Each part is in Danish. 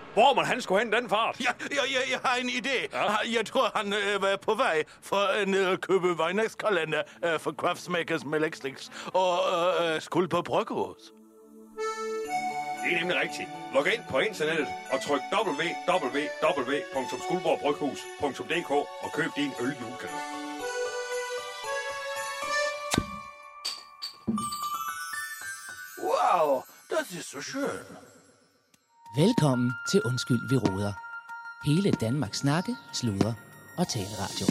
Hvor man han skulle hen den fart? Jeg har en idé. Ja. Jeg tror, han var på vej for at købe Vejnækskalender for Craftsmakers med Lexlix og skulle på Bryghus. Det er nemlig rigtigt. Log ind på internettet og tryk www.skuldborgbryghus.dk og køb din øl julekalender. Wow, das ist so schön. Velkommen til Undskyld, vi råder. Hele Danmarks snakke, sludre og taleradio.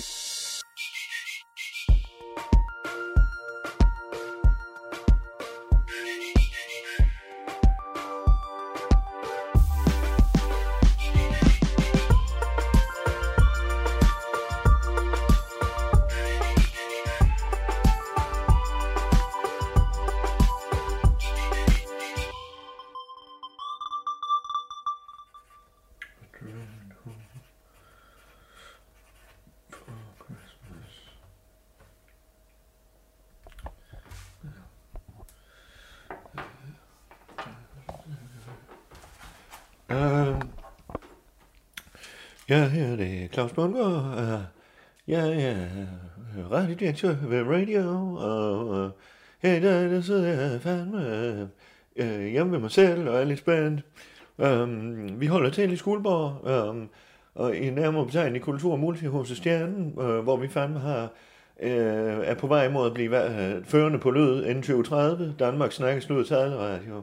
Ja, her er det Claus Bundgaard. Jeg er radiodirektør ved Radio, og her i dag der sidder jeg fandme hjemme ved mig selv og er lidt spændt. Vi holder til i Skuldborg, og i nærmere betegnet i Kultur- og Multihuset Stjernen, hvor vi fandme er på vej mod at blive førende på lyd inden 2030, Danmarks snakkes lyd taleradio.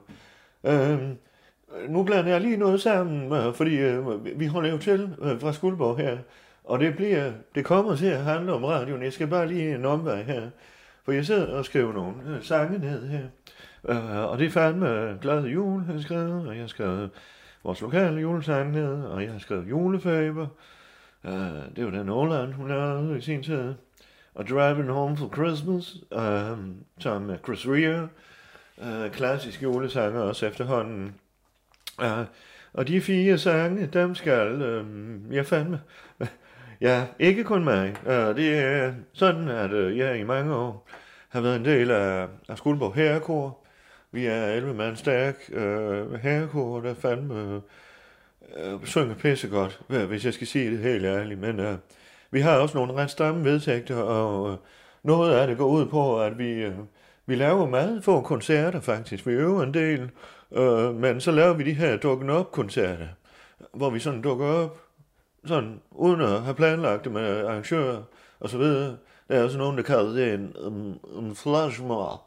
Nu blander jeg lige noget sammen, fordi vi holder jo til fra Skuldborg her, og det kommer til at handle om radioen. Jeg skal bare lige en omvej her, for jeg sidder og skriver nogle sange ned her, og det er fandme Glad Jul, jeg har skrevet, og jeg har skrevet vores lokale julesang ned, og jeg har skrevet Julefeber, det var den Åland, hun lavede i sin tid, og Driving Home for Christmas, som Chris Rea, klassisk julesanger også efterhånden. Og de 4 sange, dem skal jeg fandme. Ja, ikke kun mig. Det er sådan, at jeg i mange år har været en del af Skuldborg Herrekor. Vi er 11 mand stærk herrekor, der fandme synger pissegodt, hvis jeg skal sige det helt ærligt. Men vi har også nogle ret stramme vedtægter, og noget af det går ud på, at vi laver meget få koncerter faktisk. Vi øver en del, men så laver vi de her dukken op koncerter, hvor vi sådan dukker op, sådan uden at have planlagt det med arrangører og så videre. Der er også nogen, der kalder det en flashmob.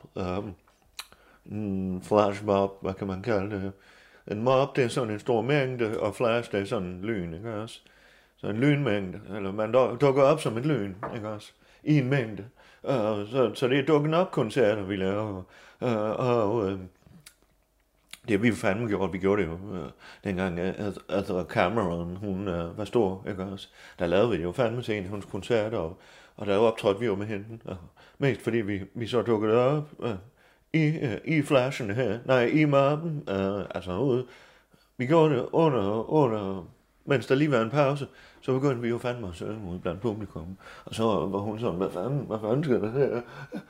En flashmob, hvad kan man kalde det? En mob, det er sådan en stor mængde, og flash, det er sådan en lyn, ikke også? Så en lynmængde, eller man dukker op som et lyn, ikke også? I en mængde. Så det er dukken op koncerter, vi laver. Det vi fandme gjort, vi gjorde det jo dengang Arthur Cameron, hun var stor, ikke også? Der lavede vi det jo fandme til en af hendes koncerter, og der optrådte vi jo med hende. Mest fordi vi så dukkede op i flashen her, nej, i mappen, altså ude. Vi gjorde det under, mens der lige var en pause, så begyndte vi jo fandme at synge ud blandt publikum. Og så var hun sådan, hvad fanden skal det her?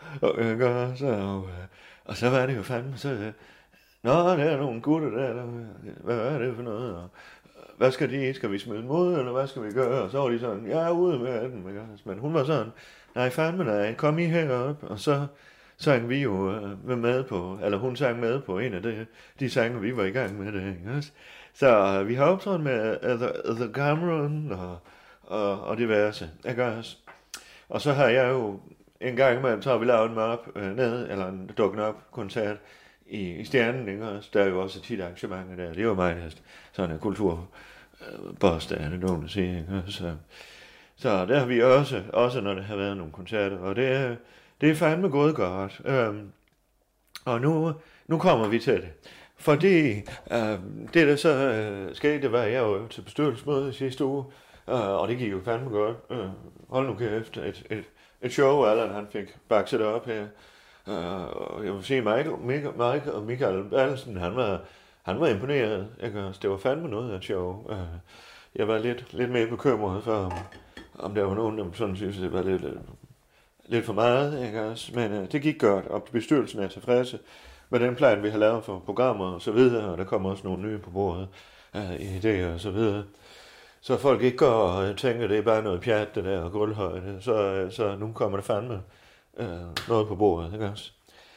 Og så var det jo fandme så... Nå, der er nogle gutter der, hvad er det for noget? Og hvad skal de? Skal vi smide dem ud, eller hvad skal vi gøre? Og så var de sådan, jeg er ude med den. Men hun var sådan, nej fandme nej, kom I herop. Og så sang vi jo med på, eller hun sang med på en af de sange, vi var i gang med det. Ikke? Så vi har optrådt med The Cameron og diverse. Ikke? Og så har jeg jo en gang med, så har vi lavet en map ned, eller en dukken op koncert, i Stjernen, ikke også? Der er jo også tit arrangementer der. Det er jo meget sådan en kulturboss, der er det nogen at sige, ikke? Så der har vi også når der har været nogle koncerter, og det er fandme gået godt. Og nu kommer vi til det. Fordi det der så skete, det var, jeg var til bestyrelsesmøde sidste uge, og det gik jo fandme godt. Hold nu kæft, et show, Allan han fik bakset op her. Jeg vil sige, Mike og Michael Balsen, han var imponeret. Det var fandme noget af et show. Jeg var lidt mere bekymret for, om der var nogen, der sådan synes, det var lidt for meget. Ikke? Men det gik godt, og bestyrelsen er tilfredse med den plan, vi har lavet for programmer og så videre, og der kommer også nogle nye på bordet. idéer og så videre. Så folk ikke går og tænker, det er bare noget pjat, det der gulvhøjde. Så nu kommer der fandme noget på bordet, ikke også?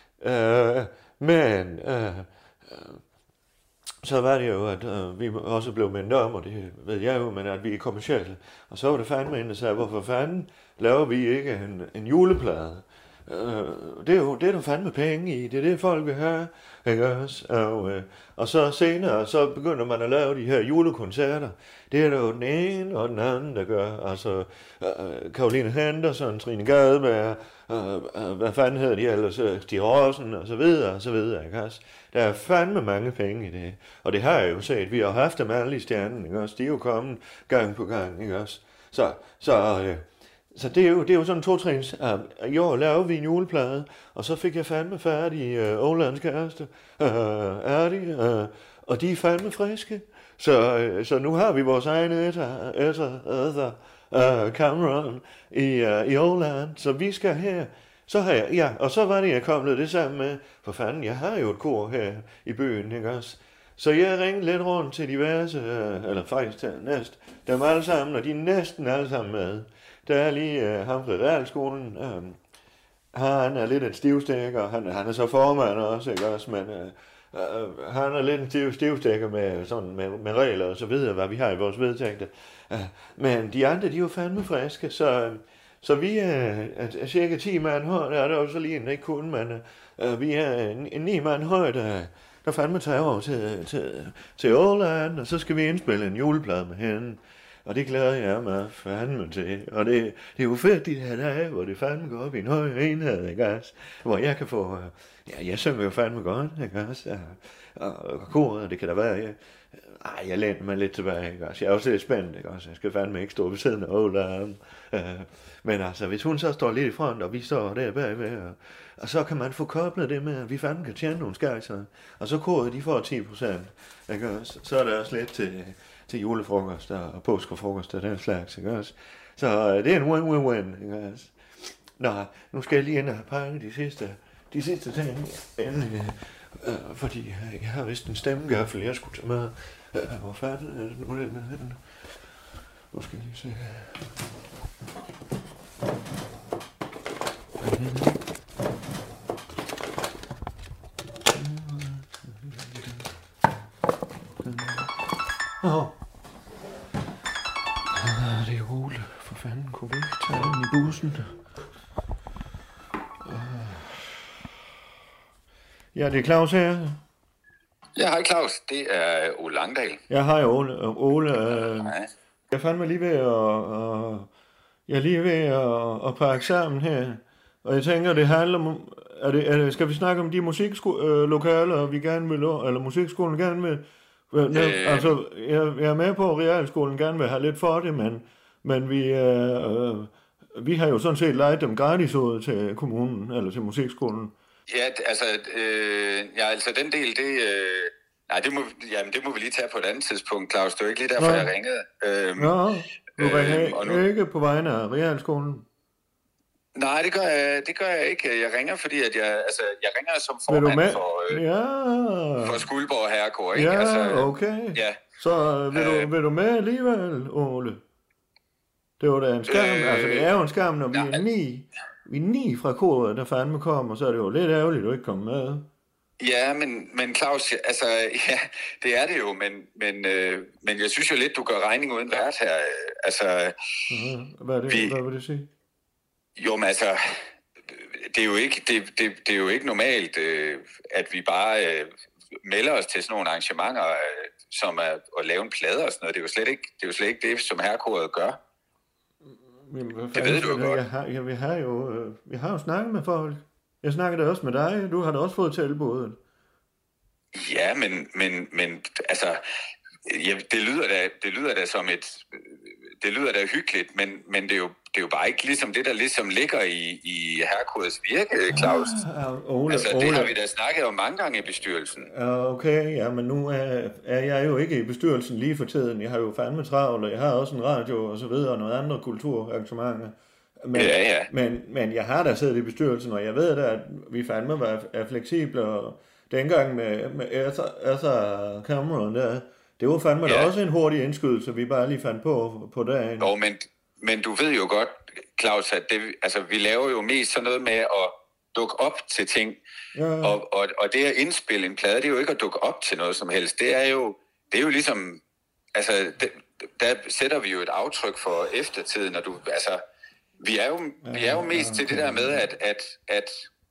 Men så var det jo, at vi også blev mindet om, og det ved jeg jo, men at vi er kommercielle. Og så var det fandme en, der sagde, hvorfor fanden laver vi ikke en juleplade? Det er der fandme penge i, det er det folk vil have, ikke også? Og så senere, så begynder man at lave de her julekoncerter. Det er der jo den ene og den anden, der gør. Altså, Caroline Henderson, Trine Gadeberg, hvad fanden hedder de ellers, Stig Rossen, og så videre, ikke også? Der er fandme mange penge i det. Og det har jeg jo set, vi har haft dem alle i stjernen, ikke også? De er jo kommet gang på gang, ikke også? Så det er jo sådan 2-trins. I år laver vi en juleplade, og så fik jeg fandme færdig Ålands kæreste, og de er fandme friske. Så nu har vi vores egen Cameron i Åland, så vi skal her. Og så var det, jeg kom det sammen med, for fanden, jeg har jo et kor her i byen, ikke også? Så jeg ringede lidt rundt til diverse, eller faktisk til dem alle sammen, og de er næsten alle sammen med. Der er lige ham fra realskolen, han er lidt en stivstikker, han er så formand også, ikke også, men han er lidt en stivstikker med regler og så videre, hvad vi har i vores vedtægter. Men de andre, de er jo fandme friske, så vi er cirka 10 mand høj, der er der også lige en, ikke kun, men vi er en 9 mand høj, der fandme tager over til Åland, og så skal vi indspille en juleplade med hende. Og det glæder jeg mig fandme til. Og det er jo fedt de her dage, hvor det fandme går op i en høj enhed, ikke også? Hvor jeg kan få... jeg synger jo fandme godt, ikke også? Og koret, det kan da være... Jeg læner mig lidt tilbage, ikke også? Jeg er også lidt spændt, ikke også? Jeg skal fandme ikke stå ved siden af Åland. Men altså, hvis hun så står lidt i front, og vi står der bagved, og så kan man få koblet det med, at vi fandme kan tjene nogle skejser. Og så koret, de får 10%, ikke også? Så er der også lidt til julefrokost og påskefrokost og den slags, ikke også? Så det er en win-win-win, ikke også? Nå, nu skal jeg lige ind og pakke de sidste ting, fordi jeg har vist en stemmegøffel, jeg skulle tage med. Hvor fanden er det nu, den er henne? Nu skal jeg lige se. Det er Ole. For fanden, kunne vi ikke tage den i bussen? Ja, det er Claus her. Ja, hej Claus. Det er Ole Langdal. Ja, hej Ole. Jeg er fandme lige ved at pakke sammen her. Og jeg tænker, det handler om... skal vi snakke om de musiklokaler, vi gerne vil... Eller musikskolen gerne vil... Altså, jeg er med på, at realskolen gerne vil have lidt for det, men vi har jo sådan set lejet dem gratis ud til kommunen, eller til musikskolen. Ja, altså den del, det må vi lige tage på et andet tidspunkt, Claus. Det var ikke lige derfor, jeg ringede. Du ringer ikke på vegne af realskolen? Nej, det gør jeg ikke. Jeg ringer, fordi at jeg ringer som formand for Skuldborg Herrekor, ikke? Ja, okay. Ja. Så vil du med alligevel, Ole? Det var da en skam. Altså, det er jo en skam, når vi er ni fra koret, der fandme kommer, så er det jo lidt ærgerligt, at du ikke kommer med. Ja, men Claus, altså, ja, det er det jo, men jeg synes jo lidt, du gør regning uden vært her. Altså, hvad vil det sige? Jo, men altså, det er jo ikke normalt, at vi bare melder os til sådan nogle arrangementer, som at lave en plade og sådan noget. Det er jo slet ikke det, som herrekoret gør. Det ved du jo godt. Vi har jo snakket med folk. Jeg snakker da også med dig. Du har da også fået tilbuddet. Ja, men altså, det lyder da som det lyder da hyggeligt, men det er jo bare ikke ligesom det, der ligesom ligger i herrekodets virke, Claus. Ole, det har vi da snakket om mange gange i bestyrelsen. Okay, ja, men nu er jeg jo ikke i bestyrelsen lige for tiden. Jeg har jo fandme travlt, og jeg har også en radio og så videre, og nogle andre kulturarrangementer. Men jeg har da siddet i bestyrelsen, og jeg ved da, at vi fandme er fleksible, og dengang med Arthur Cameron der, Det var fandme Ja. da også en hurtig indskydelse, vi bare lige fandt på dagen. Jo, men du ved jo godt, Claus, at vi laver jo mest sådan noget med at dukke op til ting. Ja. Og det at indspille en plade, det er jo ikke at dukke op til noget som helst. Det er jo ligesom, altså, der sætter vi jo et aftryk for eftertiden, og vi er jo mest til det der med, at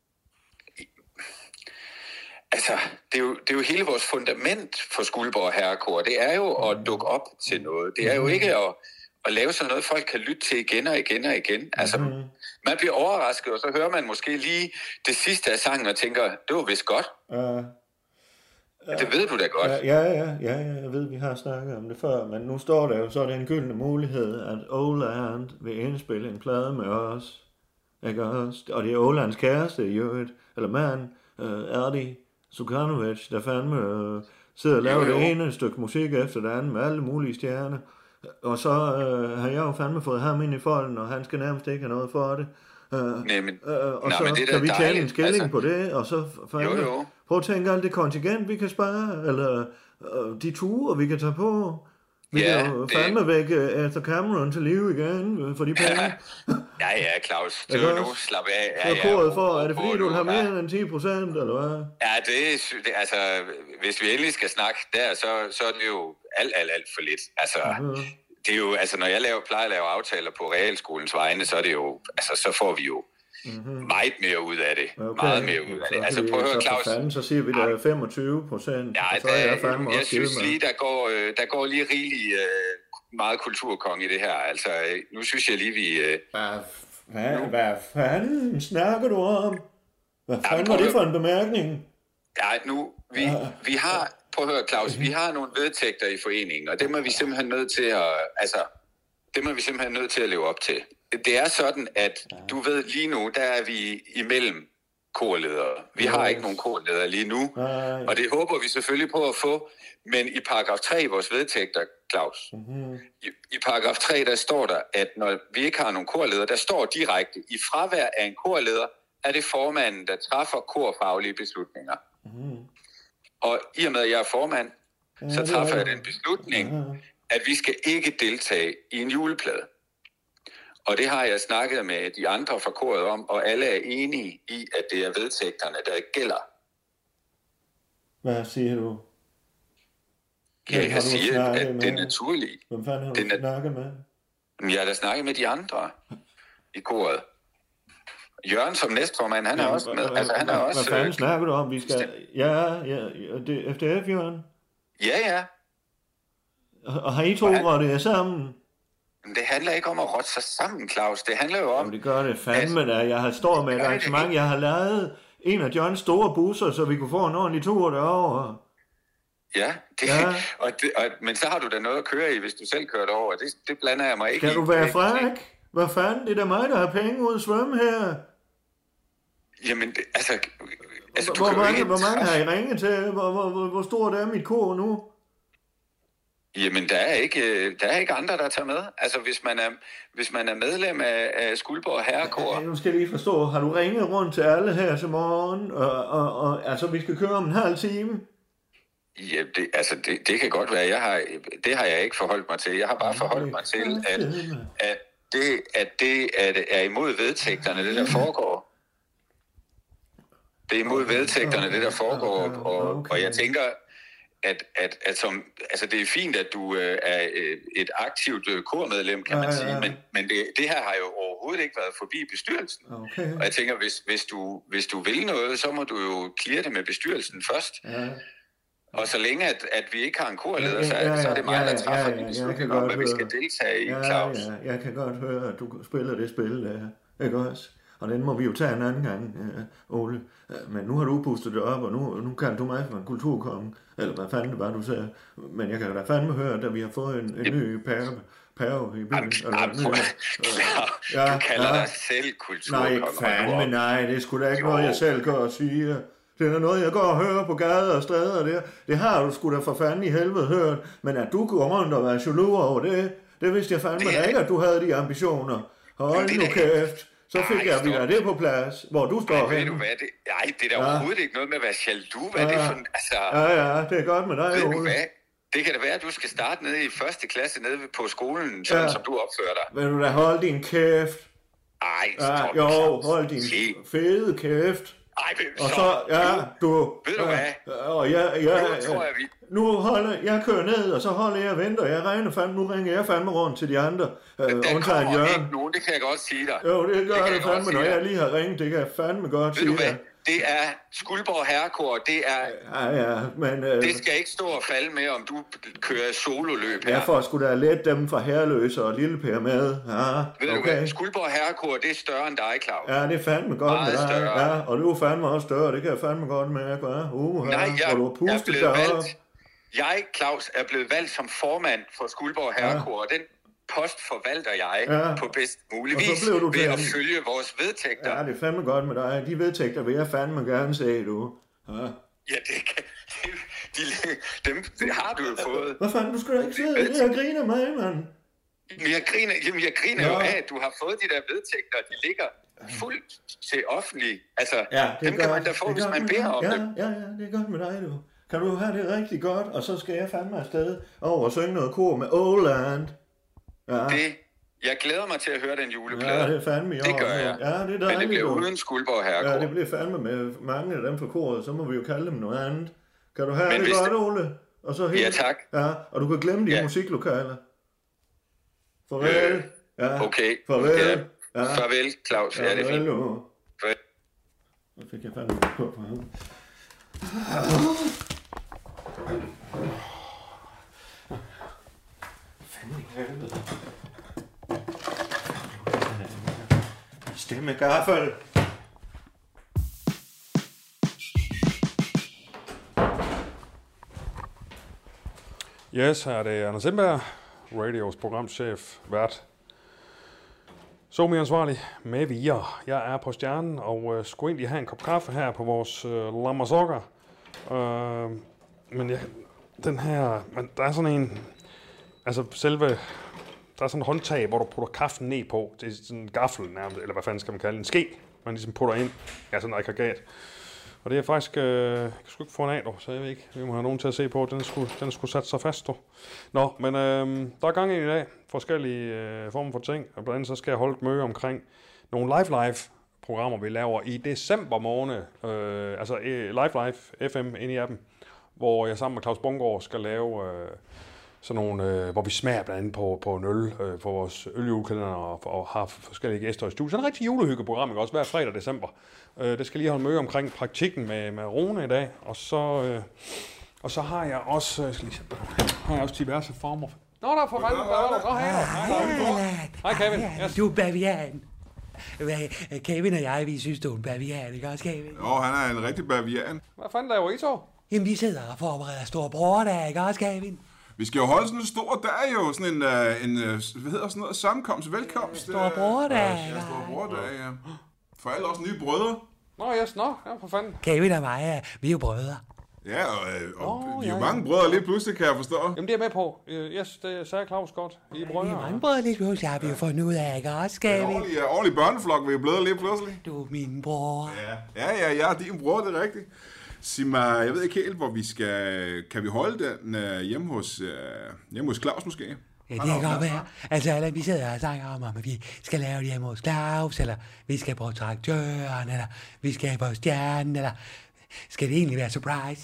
altså, det er jo hele vores fundament for Skuldborg Herrekor. Det er jo at dukke op til noget. Det er jo ikke at lave sådan noget, folk kan lytte til igen og igen og igen. Altså, man bliver overrasket, og så hører man måske lige det sidste af sangen og tænker, det var vist godt. Det ved du da godt. Ja, jeg ved, vi har snakket om det før, men nu står der jo så den gyldne mulighed, at Åland vil indspille en plade med os. Ikke også? Og det er Ålands kæreste i øvrigt, eller mand, Erdi Sukanovic, der fandme sidder og laver det ene stykke musik efter det andet med alle mulige stjerner. Og så har jeg jo fandme fået ham ind i folden, og han skal nærmest ikke have noget for det. Og så det kan vi tjene en skilling på det, og så fandme prøv at tænke alt det kontingent, vi kan spare, eller de ture, vi kan tage på. Vi kan jo fandme væk efter Cameron til live igen, for de penge. Ja, Claus, det er nu slap af. Er det fordi, du har mere end 10%, eller hvad? Ja, det altså, hvis vi endelig skal snakke der, så er det jo alt for lidt. Altså, det er jo, altså, når jeg plejer at lave aftaler på realskolens vegne, så er det jo, altså, så får vi jo meget mere ud af det. Okay. Meget mere ud af det. Altså, prøv at høre, Claus. Så siger vi, der er 25%. Jeg synes lige, der går lige rigeligt meget kulturkong i det her. Altså, nu synes jeg lige, vi... Hvad fanden snakker du om? Hvad fanden var det for en bemærkning? Ja, vi har... Prøv at høre, Claus, vi har nogle vedtægter i foreningen, og det må vi simpelthen nødt til at leve op til. Det er sådan, at du ved, lige nu, der er vi imellem korledere. Vi har ikke nogen korledere lige nu, og det håber vi selvfølgelig på at få. Men i paragraf 3 i vores vedtægter, Claus, i paragraf 3, der står der, at når vi ikke har nogen korledere, der står direkte, i fravær af en korleder, er det formanden, der træffer korfaglige beslutninger. Og i og med, at jeg er formand, så træffer jeg den beslutning, at vi skal ikke deltage i en juleplade. Og det har jeg snakket med de andre fra koret om, og alle er enige i, at det er vedtægterne, der gælder. Hvad siger du? Jeg siger, at det er naturligt. Hvem fanden har du snakket med? Jeg har da snakket med de andre i koret. Jørgen som næstformand, han er også med. Altså, han er også... Hvad fanden snakker du om? Vi skal... Ja, det er FDF, Jørgen. Ja. Og har I to rottet jer sammen? Men det handler ikke om at rotte sig sammen, Claus. Det handler jo om... Jamen, det gør det fandme da. Jeg har stået med et arrangement. Jeg har lavet en af Johns store busser, så vi kunne få en ordentlig tur derovre. Ja, men så har du da noget at køre i, hvis du selv kører derover. Det blander jeg mig ikke i. Skal du være fræk? Hvad fanden? Det er da mig, der har penge ud at svømme her. Jamen, hvor mange har I ringet til? Hvor stort er mit kor nu? Jamen, der er ikke andre, der tager med. Altså, hvis man er medlem af Skuldborg Herrekor... Nu skal jeg lige forstå, har du ringet rundt til alle her til morgen? Og altså, vi skal køre om en halv time? Ja, det kan godt være. Det har jeg ikke forholdt mig til. Jeg har bare forholdt mig til, at det er imod vedtægterne, det der foregår. Det er imod vedtægterne, det der foregår, og jeg tænker, at som, altså det er fint, at du er et aktivt kormedlem, kan man sige, men det her har jo overhovedet ikke været forbi bestyrelsen. Okay. Og jeg tænker, hvis du vil noget, så må du jo cleare det med bestyrelsen først. Ja. Og så længe, at vi ikke har en korleder, så er det mig, der træffer de beslutninger om, at vi skal deltage i, Claus. Jeg kan godt høre, at du spiller det spil der, ikke også? Og den må vi jo tage en anden gang, Ole. Men nu har du pustet det op, og nu kan du mig for en kulturkonge. Eller hvad fanden det var, du sagde. Men jeg kan da fandme høre, at vi har fået en ny pave i byen. Du kalder dig selv kulturkonge. Nej, det er sgu da ikke noget, jeg selv gør og siger. Det er noget, jeg går og hører på gader og stræder der. Det har du sgu da for fanden i helvede hørt. Men at du går rundt og være jaloux over det vidste jeg fandme da ikke, at du havde de ambitioner. Hold nu kæft. Så fik jeg wieder det på plads, hvor du står henne. Ved du hvad det? Nej, det er da overhovedet ikke noget med at være jaloux. Hvad er det for... Altså, ja, det er godt med dig, Ole. Det kan da være, at du skal starte nede i første klasse nede på skolen, sådan som du opfører dig. Vil du da holde din kæft? Ej, stop. Jo, hold din fede kæft. Ej, og så, du... Ved du hvad? Og nu holder jeg kører ned, og så holder jeg og venter. Jeg regner fandme, nu ringer jeg fandme rundt til de andre. Der kommer ikke nogen, det kan jeg godt sige dig. Jo, det gør det fandme, når jeg lige har ringet. Det kan jeg fandme godt sige dig. Det er Skuldborg Herrekor, det er... Ja, men... det skal ikke stå og falde med, om du kører sololøb her. Jeg får sgu da let dem fra Herreløse og Lille Per med. Ved du hvad, Skuldborg Herrekor, det er større end dig, Claus. Ja, det er fandme godt med dig. Ja, og du er fandme også større, det kan jeg fandme godt mærke, hva'? Nej, jeg er blevet valgt. Jeg, Claus, er blevet valgt som formand for Skuldborg Herrekor, og den post forvalter jeg på bedst mulig vis ved at følge vores vedtægter. Ja, det er fandme godt med dig. De vedtægter vil jeg fandme gerne se, du. Ja, dem har du jo fået. Hvad fanden, du skal da ikke sidde her og grine af mig, mand. Jeg griner jo af, at du har fået de der vedtægter. De ligger fuldt til offentlige. Altså, dem kan man da få, hvis man beder om dem. Ja, det er godt med dig, du. Kan du have det rigtig godt, og så skal jeg fandme afsted over og synge noget kor med Åland. Ja. Jeg glæder mig til at høre den juleplade. Ja, det er fandme i år. Det gør jeg. Ja, det er dejligt. Men det bliver uden Skuldborg Herrekor. Ja, det bliver fandme med mange af dem fra koret, så må vi jo kalde dem noget andet. Kan du have det godt, Ole? Og så helt... Ja, tak. Ja, og du kan glemme de musiklokaler. Farvel. Ja. Okay. Farvel. Ja. Farvel, Claus. Ja, det er fint. Farvel. Så fik jeg fandme på ham. Stemme gaffel. Yes, her er det Anders Sindberg, radios programchef, vært. Somi-ansvarlig med videre. Jeg er på Stjernen og skulle egentlig have en kop kaffe her på vores Lammersokker. Men den her, der er sådan en, altså selve, der er sådan en håndtag, hvor du putter kaffen ned på. Det er sådan en gaffel nærmest, eller hvad fanden skal man kalde en ske, man ligesom putter ind. Ja, sådan en aggregat. Og det er faktisk, jeg kan sgu ikke få en af, så jeg ved ikke, vi må have nogen til at se på, den skulle sætte sig fast, Nå, men der er gang i dag, forskellige former for ting, og blandt andet så skal jeg holde et møde omkring nogle live-programmer, vi laver i december måned, altså live FM inde i appen, hvor jeg sammen med Claus Bungård skal lave sådan nogle, hvor vi smager blandt andet på en øl på vores øljulekalender og har forskellige gæster i studiet. Sådan et rigtig julehyggeprogram, ikke også, hver fredag december. Det skal lige holde møde omkring praktikken med Rune i dag, og så har jeg også, diverse former. Nå, der er for Hej, Kevin. Yes. Du er bavian. Kevin og jeg, vi synes, du er en bavian, ikke også, Kevin? Jo, han er en rigtig bavian. Hvad fanden laver I så? Jamen, vi sidder og forbereder Storbror der, ikke også, Kevin? Vi skal jo holde sådan en stor dag jo, sådan en hvad hedder sådan noget, sammenkomst, velkomst. Storbror der, ja, Storbror der, ja. For alle også nye brødre. Nå, for fanden. Kevin og mig, vi er jo brødre. Ja, og vi er jo mange brødre lige pludselig, kan jeg forstå. Jamen, det er med på. Yes, det sagde Claus godt. I er brødre. Vi er mange brødre lige pludselig, har vi jo fundet ud af, ikke også, Kevin? Ja, ordentlig børneflok, vi er blevet lige pludselig. Du er min bror. Ja, jeg er din bror, det er rigtigt. Sig mig, jeg ved ikke helt, hvor vi skal... Kan vi holde den hjemme hos Claus måske? Ja, det kan godt være. Altså, eller vi sidder og snakker om, at vi skal lave det hjemme hos Claus, eller vi skal på Traktøren, eller vi skal på Stjernen, eller skal det egentlig være surprise?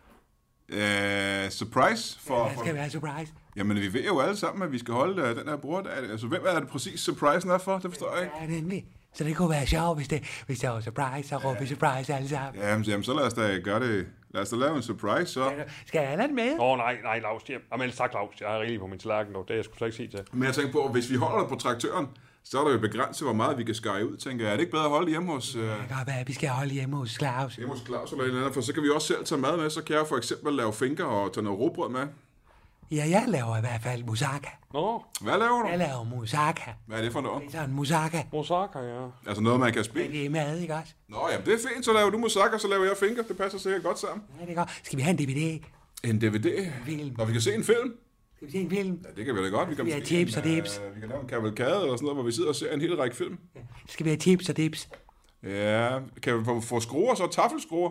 Surprise? Ja, det skal være surprise. Jamen, vi ved jo alle sammen, at vi skal holde den her bror. Altså, hvem er det præcis surprisen er for? Det forstår jeg ikke. Ja, nemlig. Så det kunne være sjovt, hvis det var surprise, så råber vi surprise alle sammen. Jamen, så lad os da gøre det. Lad os da lave en surprise, så. Skal Allan med? Nej, Claus. Jamen, tak, Claus. Jeg er rigeligt på min tallerken, dog. Det er jeg sgu slet ikke sige til. Men jeg tænker på, hvis vi holder det på Traktøren, så er der jo begrænset, hvor meget vi kan skære ud, tænker jeg. Er det ikke bedre at holde hjemme hos... Det kan godt være, at vi skal holde hjemme hos Claus. Hjemme hos Claus eller et eller andet, for så kan vi også selv tage mad med. Så kan jeg for eksempel lave finker og tage noget råbrød med. Ja, jeg laver i hvert fald moussaka. Nå. Hvad laver du? Jeg laver moussaka. Hvad er det for noget? Det er sådan moussaka. Moussaka, ja. Altså noget, man kan spise? Det er mad, ikke også? Nå, jamen det er fint. Så laver du moussaka, så laver jeg finker. Det passer sikkert godt sammen. Ja, det er godt. Skal vi have en DVD? En DVD? Film. Når vi kan se en film? Skal vi se en film? Ja, det kan vi da godt. Vi kan have tips og dips. Vi kan lave en kavalkade eller sådan noget, hvor vi sidder og ser en hel række film. Ja. Skal vi have tips og dips? Ja, kan vi få skruer så? Taffelskruer?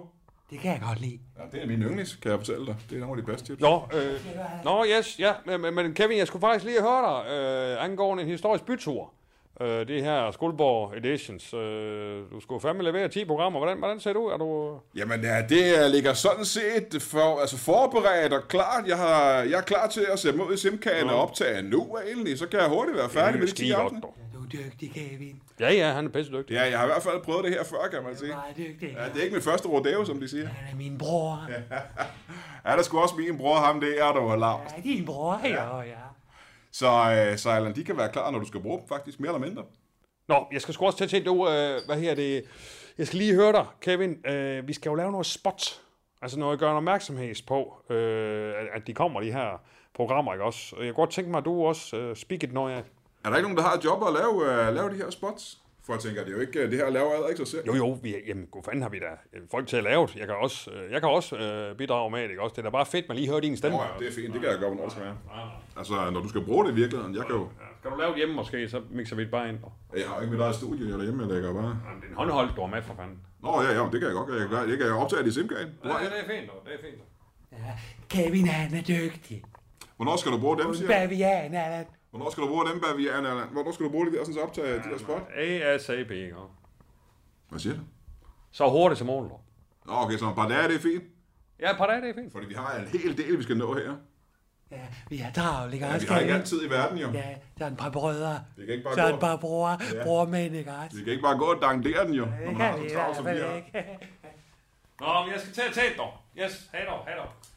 Det kan jeg godt lide. Ja, det er min yndlings, kan jeg fortælle dig. Det er nogle af de bedste tips. Yes, ja. Men Kevin, jeg skulle faktisk lige høre dig angående en historisk bytur. Det her Skuldborg Editions. Du skulle fandme levere 10 programmer. Hvordan ser det ud? Er du... Jamen, ja, det ligger sådan set forberedt og klart. Jeg er klar til at sætte mig ud i simkagen og optage nu egentlig. Så kan jeg hurtigt være færdig med de 10 aften. Du er dygtig, Kevin. Ja, han er pisse dygtig. Ja, jeg har i hvert fald prøvet det her før, kan man sige. Du er meget dygtig. Ja, det er ikke min første rodeo, som de siger. Han er min bror. Ja, der skulle også min bror, ham det er du, Lars. Ja, din bror, ja. Så Allan, de kan være klar, når du skal bruge dem, faktisk, mere eller mindre. Nå, jeg skal sgu også til du, jeg skal lige høre dig, Kevin. Vi skal jo lave noget spot. Altså noget, gør en opmærksomhed på, at de kommer, de her programmer, ikke også? Jeg kunne godt tænke mig, at du også speak it noget af. Er der ikke nogen, der har et job at lave de her spots? For jeg tænker, det er jo ikke, det her laver jeg ikke sig selv. Jo, jamen, god fanden har vi da folk til at lave det. Jeg kan også bidrage med det, ikke også? Det er da bare fedt, man lige hører din stemme. Ja, det er fint, det kan jeg gøre, hvornår det skal være. Altså, når du skal bruge det i virkeligheden, jeg kan jo... Skal du lave det hjemme måske, så mixer vi det bare ind. Jeg har jo ikke mit eget studie derhjemme, jeg lægger bare... Jamen, det er en håndholdt, du har med for fanden. Nå, ja, det kan jeg godt. Det kan jeg optage det i simkagen. Ja, det er fint, det er fint. Ja, Kevin, han er dygtig. Hvornår skal du bruge dem, siger jeg? Bavian, Allan. Hvornår skal du bruge dem, Bavian, Allan? Hvornår skal du bruge det der, sådan så optage de der spot? ASAP, ikke? Hvad siger du? Så hurtigt som muligt. Nå, okay, så et par dage, det er fint. Ja, et par dage, det er fint. Fordi vi har en hel del, vi skal nå her. Ja, vi har travlt, ikke Ja, også? vi har ikke altid i verden, jo. Ja, der er et par brødre. Vi kan ikke bare så er gå. et par brormænd, ikke også? Vi kan ikke bare gå og dankdere den, jo. Det kan vi i hvert fald ikke. Nå, men jeg skal til at tage det, dog. Yes, hej dog.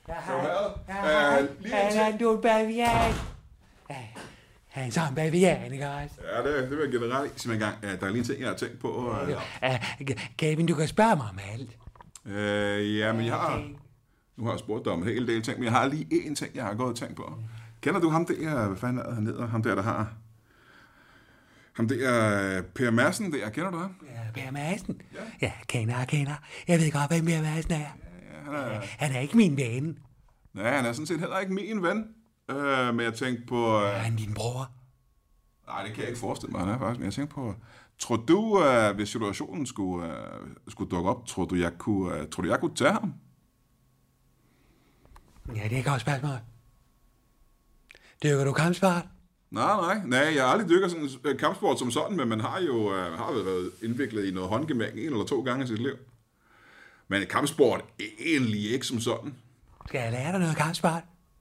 Allan, du er en bavian. Han er sådan en bavian, ikke også? Ja, det vil jeg generelt sige en gang. Der er lige en ting, jeg har tænkt på. Kevin, du kan spørge mig om alt. Ja, men jeg har... Nu har jeg spurgt dig om en hel del ting, men jeg har lige én ting, jeg har gået og tænkt på. Kender du ham der, hvad fanden er han hedder? Ham der har... Ham der, Per Madsen der, kender du ham? Ja, Per Madsen? Ja, kender. Jeg ved godt, hvem Per Madsen er. Ja, han er ikke min ven. Nej, han er sådan set heller ikke min ven. Men jeg tænkte på... Er han din bror? Nej, det kan jeg ikke forestille mig, han er faktisk. Men jeg tænkte på... Tror du, hvis situationen skulle dukke op, tror du, jeg kunne tage ham? Ja, det er et godt spørgsmål. Dykker du kampsport? Nej, jeg har aldrig dykket sådan kampsport som sådan, men man har jo været indviklet i noget håndgemæng 1 eller 2 gange i sit liv. Men kampsport er egentlig ikke som sådan. Skal jeg lære dig noget kampsport?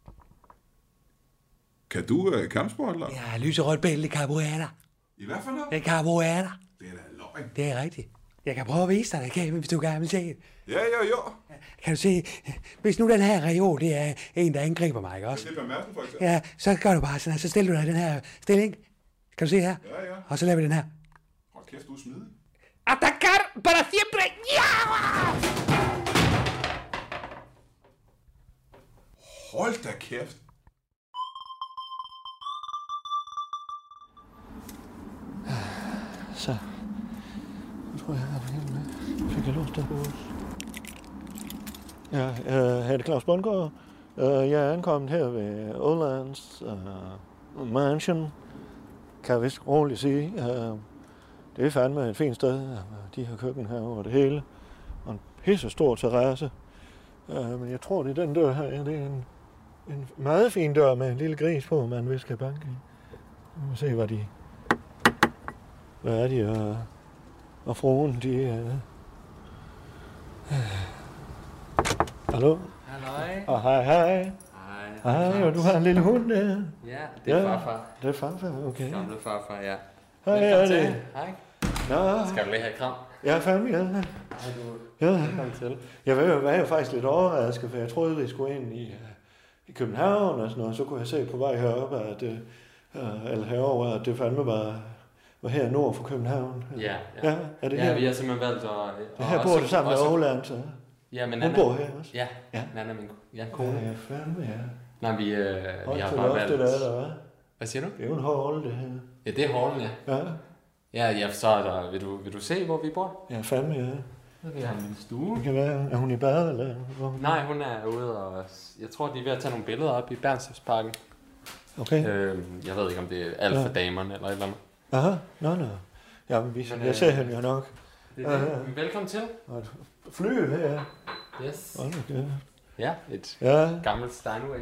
Kan du kampsport, eller? Jeg har lyserødt bælte i capoeira. I hvad for noget? Det er capoeira. Det er da løgn. Det er rigtigt. Jeg kan prøve at vise dig det, Kevin, hvis du gerne vil se det. Ja. Kan du se, hvis nu den her reol, det er en, der angriber mig, ikke også? Det er Per Madsen, for eksempel. Ja, så gør du bare sådan her, så stiller du dig i den her stilling. Kan du se her? Ja. Og så laver vi den her. Hold kæft, du er smidig. Atacar para siempre! Ja! Hold da kæft. Så. Nu tror jeg, fik jeg låst der på os. Ja, her er det Claus Bundgaard. Jeg er ankommet her ved Oldlands Mansion. Kan jeg vist roligt sige. Det er fandme et fint sted. De har køkken her over det hele. Og en pisse stor terrasse. Men jeg tror, det er den dør her. Ja, det er en meget fin dør med en lille gris på, man vist kan banke i. Vi må se, hvad er de, og fruen, de... Hallo? Halløj. Og hej. Hej, og du har en lille hund der. Ja, det er farfar. Det er farfar, okay. Gamle farfar, ja. Hej, er det? Hej. Nå. Skal du lige have et kram? Ja, fandme, ja. Hej, du. Ja. Velkommen til. Jeg var jo faktisk lidt overrasket, for jeg troede, vi skulle ind i København og sådan noget. Så kunne jeg se på vej heroppe, eller herover, at det fandme var her nord for København. Ja. Er det her? Vi har simpelthen valgt at... Det her bor du sammen med Aarland, så? Ja, men hun bor her også? Ja, Nana min kone. Ja, fandme, ja. Nej, vi har bare valgt... Det der, hvad? Hvad siger du? Det er jo en hall, det her. Ja, det er hallen, ja. Ja, så er der... Vil du se, hvor vi bor? Ja, fandme, ja. Vi har en lille stue. Det kan være, er hun i bad, eller? Nej, hun er ude, og jeg tror, de er ved at tage nogle billeder op i Bernstorffsparken. Okay. Jeg ved ikke, om det er alt for damerne, eller et eller andet. Aha, nå. Jamen, jeg ser hende jo nok. Det er det. Velkommen til. Flyet her. Yes. Okay. Ja, et gammelt Steinway.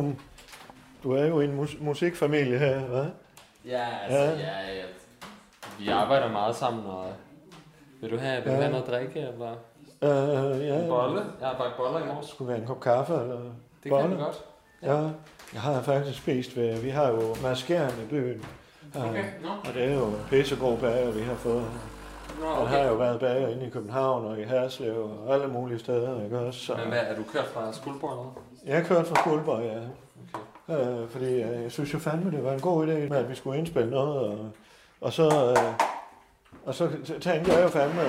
Du er jo en musikfamilie her, hva'? Ja, altså, vi arbejder meget sammen, og vil du have noget at drikke, eller en bolle? Jeg har bagt boller i morges. Skulle være en kop kaffe, eller det kan vi godt. Ja, jeg har faktisk spist ved, vi har jo Mads Skjern i byen, og det er jo pissegod bager, vi har fået. Han har jo været bager inde i København og i Herslev og alle mulige steder, ikke også? Så... Men hvad, er du kørt fra Skuldborg eller hvad? Jeg er kørt fra Skuldborg, ja. Okay. Fordi jeg synes jo fandme, det var en god idé med, at vi skulle indspille noget, og så tænkte jeg jo fandme,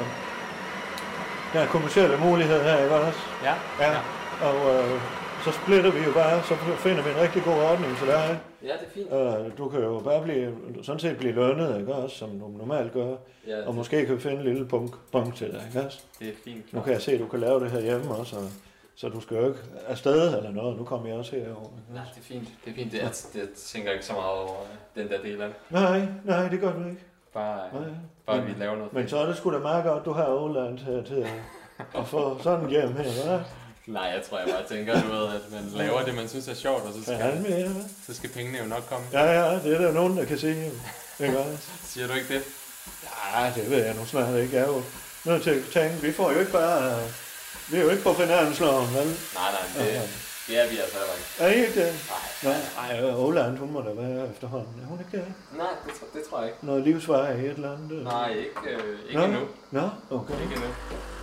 der er kommercielle muligheder her, ikke også? Ja. Og så splitter vi jo bare, så finder vi en rigtig god ordning til dig. Ja, det er fint. Du kan jo bare blive lønnet, ikke også, som du normalt gør. Ja, og måske kan vi finde en lille punkt til dig, ikke også? Det er fint. Nu kan jeg se, at du kan lave det her hjemme også, så du skal jo ikke afsted eller noget. Nu kommer jeg også herover. Nej, det er fint. Det er fint. Jeg tænker ikke så meget over den der del af det. Nej, det gør du ikke. Bare at vi laver noget. Men så er det sgu da meget godt, du har Åland her til at få sådan hjem her, hva'? Nej, jeg tror, jeg bare tænker, at man laver det, man synes er sjovt, og så skal pengene jo nok komme. Ja, det er der nogen, der kan sige. Ikke også? Siger du ikke det? Ja, det ved jeg nu snart ikke. Jeg er jo nødt til at tænke, vi får jo ikke bare... Vi er jo ikke på finansloven, vel? Nej, det er vi altså heller ikke. Er I ikke det? Nej. Åland, hun må da være efterhånden. Er hun ikke det? Nej, det tror jeg ikke. Noget livsvej i et eller andet? Nej, ikke endnu. Nå, okay. Ikke endnu.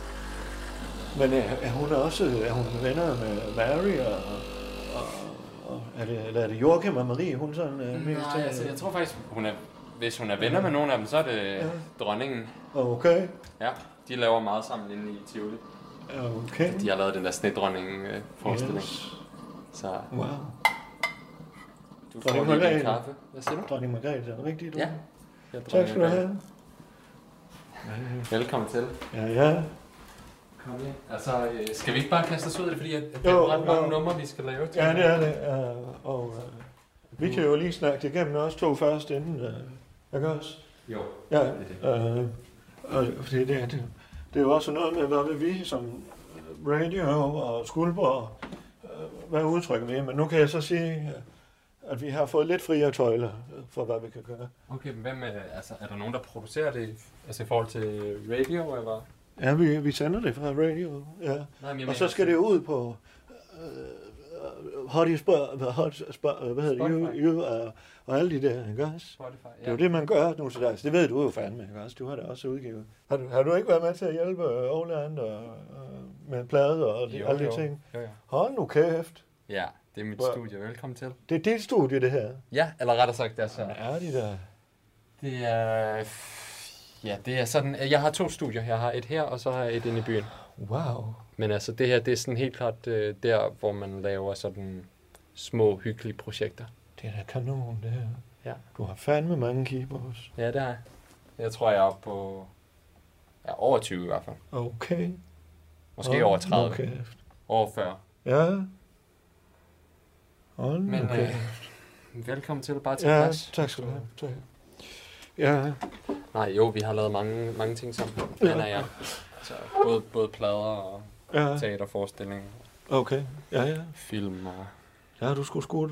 Men er hun venner med Mary og er det Joachim og Marie, hun sådan mest? Nej, altså jeg tror faktisk, hvis hun er venner med nogen af dem, så er det dronningen. Okay. Ja, de laver meget sammen inde i Tivoli. Okay. De har lavet den der snedronningen-forestilling. Yes. Så wow. Du får lige en kaffe. Hvad siger du? Dronning Margrethe, er det rigtigt? Ja. Tak skal du have. Velkommen til. Ja. Kom ind. Altså, skal vi ikke bare kaste os ud af det, fordi der er ret mange numre, vi skal lave? Ja, det er det. Og vi kan jo lige snakke det igennem os to først, inden, ikke også? Jo, ja, det er det. Fordi det er jo også noget med, hvad vi som radio og Skuldborg, hvad udtrykker vi? Men nu kan jeg så sige, at vi har fået lidt friere tøjler for, hvad vi kan gøre. Okay, men er der nogen, der producerer det altså i forhold til radio, eller? Ja, vi sender det fra radio, ja. Nej, og så skal det ud på og alle de der, ikke også? Spotify, ja. Det er jo det, man gør nu til dags. Det ved du jo fandme, ikke også? Du har det også udgivet. Har du ikke været med til at hjælpe Åland med plader og alle de ting? Jo. Hold nu kæft. Ja, det er mit studie. Velkommen til. Det er dit studie, det her? Ja, eller rettere sagt, det er så. Er de der? Det er... Ja, det er sådan... Jeg har 2 studier. Jeg har et her, og så har jeg et inde i byen. Wow. Men altså, det her, det er sådan helt klart der, hvor man laver sådan små, hyggelige projekter. Det er da kanon, det her. Ja. Du har fandme mange keyboards. Ja, det har jeg. Jeg tror, jeg er oppe på... Ja, over 20 i hvert fald. Okay. Måske over 30. Okay. Over 40. Ja. Men velkommen til bare til plads. Tak skal du have. Tak. Ja. Nej, jo, vi har lavet mange ting sammen. Han og jeg. Altså, både plader og teaterforestillinger. Okay, ja. Film og... Ja, du skulle skudt...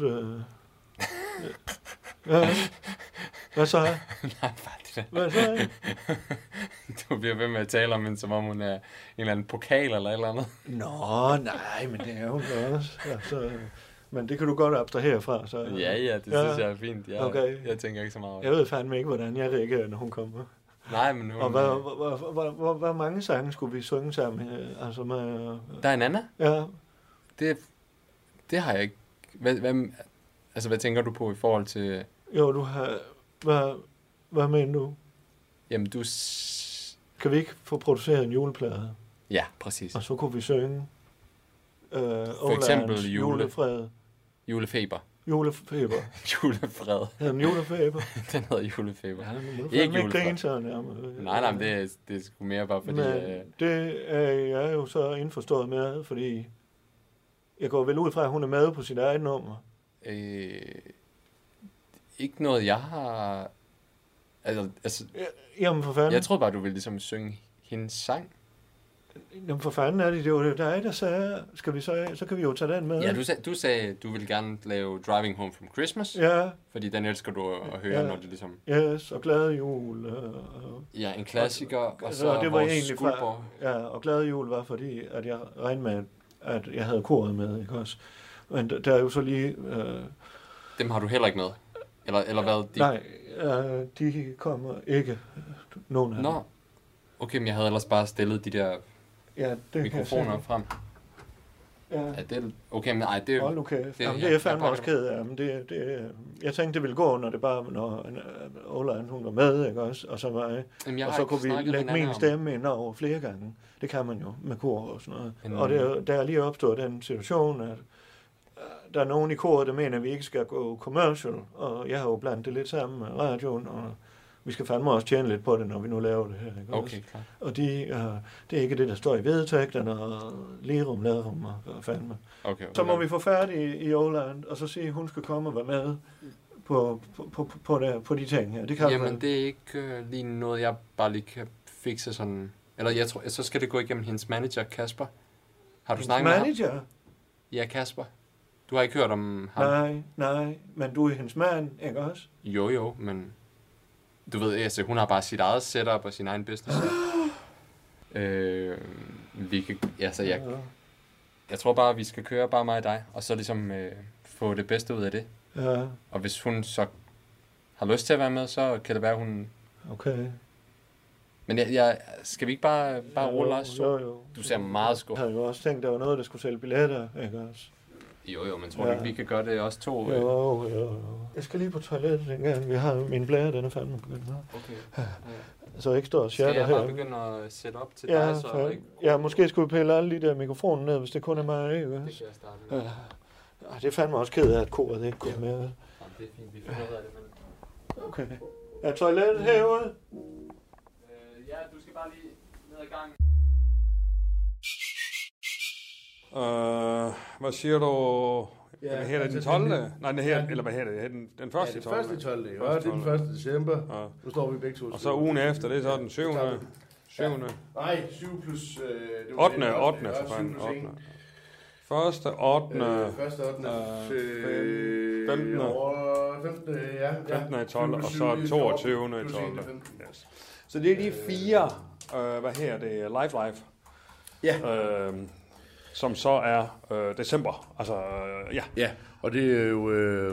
Ja. Hvad så? Nej, faktisk. Hvad så? Du bliver ved med at tale om hende, som om hun er en eller anden pokal eller et eller andet. Nå, nej, men det er hun også. Altså, men det kan du godt abstrahere fra. Så. Ja, det synes jeg er fint. Jeg tænker ikke så meget over det. Jeg ved fandme ikke, hvordan jeg reagerer, når hun kommer. Nej, men hun... Og hvor mange sange skulle vi synge sammen? Altså med... Der er en anden? Ja. Det har jeg ikke... Hvad tænker du på i forhold til... Jo, du har... Hvad mener du? Jamen, du... Kan vi ikke få produceret en juleplade? Ja, præcis. Og så kunne vi synge... For eksempel julefred. Julefeber. Julefeber. Julefred. Ja, den julefeber. Den hedder julefeber. Ja, ikke julefred. Nej, men det er sgu mere bare fordi... Men det er jeg jo så indforstået med, fordi jeg går vel ud fra, at hun er med på sit eget nummer. Ikke noget, jeg har... Altså, jamen for fanden. Jeg troede bare, du ville ligesom synge hendes sang. Jamen for fanden er det jo dig, der sagde, skal vi så kan vi jo tage den med. Ja, du sagde, du ville gerne lave Driving Home from Christmas. Ja. Fordi den elsker du at høre, når det ligesom... Yes, og Glade Jul. Ja, en klassiker, og så det var vores egentlig Skuldborg. Ja, og Glade Jul var fordi, at jeg regnede med, at jeg havde koret med, ikke også? Men der er jo så lige... Dem har du heller ikke med? Eller hvad? Nej, de kommer ikke, nogen af dem. Nå, okay, men jeg havde ellers bare stillet de der mikrofoner frem. Ja. Ja, det, okay, men nej, det er jo... Okay. Jamen, det er fandme også ked af. Men jeg tænkte, det ville gå, når Oland, hun var med, ikke også? Og så var og så kunne vi lægge min stemme ind over flere gange. Det kan man jo med kor og sådan noget. Og der er lige opstået den situation, at der er nogen i koret, der mener, at vi ikke skal gå commercial, og jeg har jo blandet det lidt sammen med radioen, og vi skal fandme også tjene lidt på det, når vi nu laver det her. Ikke? Okay, klar. Og det er ikke det, der står i vedtægterne, og Lerum, Laderum og fandme. Okay. Så må vi få færdig i Åland, og så sige, at hun skal komme og være med på de ting her. Det kan jamen, det er ikke lige noget, jeg bare lige kan fikse sådan... Eller jeg tror, så skal det gå igennem hendes manager, Kasper. Har du snakket med ham? Manager? Ja, Kasper. Du har ikke hørt om ham? Nej, men du er hendes mand, ikke også? Jo, men du ved, altså, hun har bare sit eget setup og sin egen business. Vi kan, altså, jeg tror bare, vi skal køre bare mig og dig, og så ligesom få det bedste ud af det. Ja. Og hvis hun så har lyst til at være med, så kan det være, hun... Okay. Men skal vi ikke bare rulle os? Jo. Du ser meget skuffet. Jeg havde jo også tænkt, der var noget, der skulle sælge billetter, ikke også? Jo, men tror du ikke, vi kan gøre det også to? Jo. Jeg skal lige på toilettet en gang. Vi har min blære, den er fandme begyndt. Okay. Ja. Så ikke står og chatter her. Skal jeg bare begynde at sætte op til dig, så ikke? Ja, måske skulle vi pille alle de der mikrofoner ned, hvis det kun er mig, ikke også? Det kan jeg starte med. Det er fandme også ked af, at koret ikke går med. Jamen, det er fint, vi finder ud af det, men... Okay. Er toilettet herude? Ja, du skal bare lige ned ad gangen. Hvad siger du? Ja, hvad hedder den 12. Nej, den her, eller hvad hedder det? Den første 12. Den første 12. Ja, det er den 1. december. Ja. Nu står vi begge to. Og så ugen efter, det er så den 7. Nej, 7 plus... 8. for fanden. 1. 8. 15. 15. i 12. Og så 22. i 12. Yes. Så det er de 4, hvad hedder det, live. Ja. Som så er december. Altså, ja. Ja, og det er jo...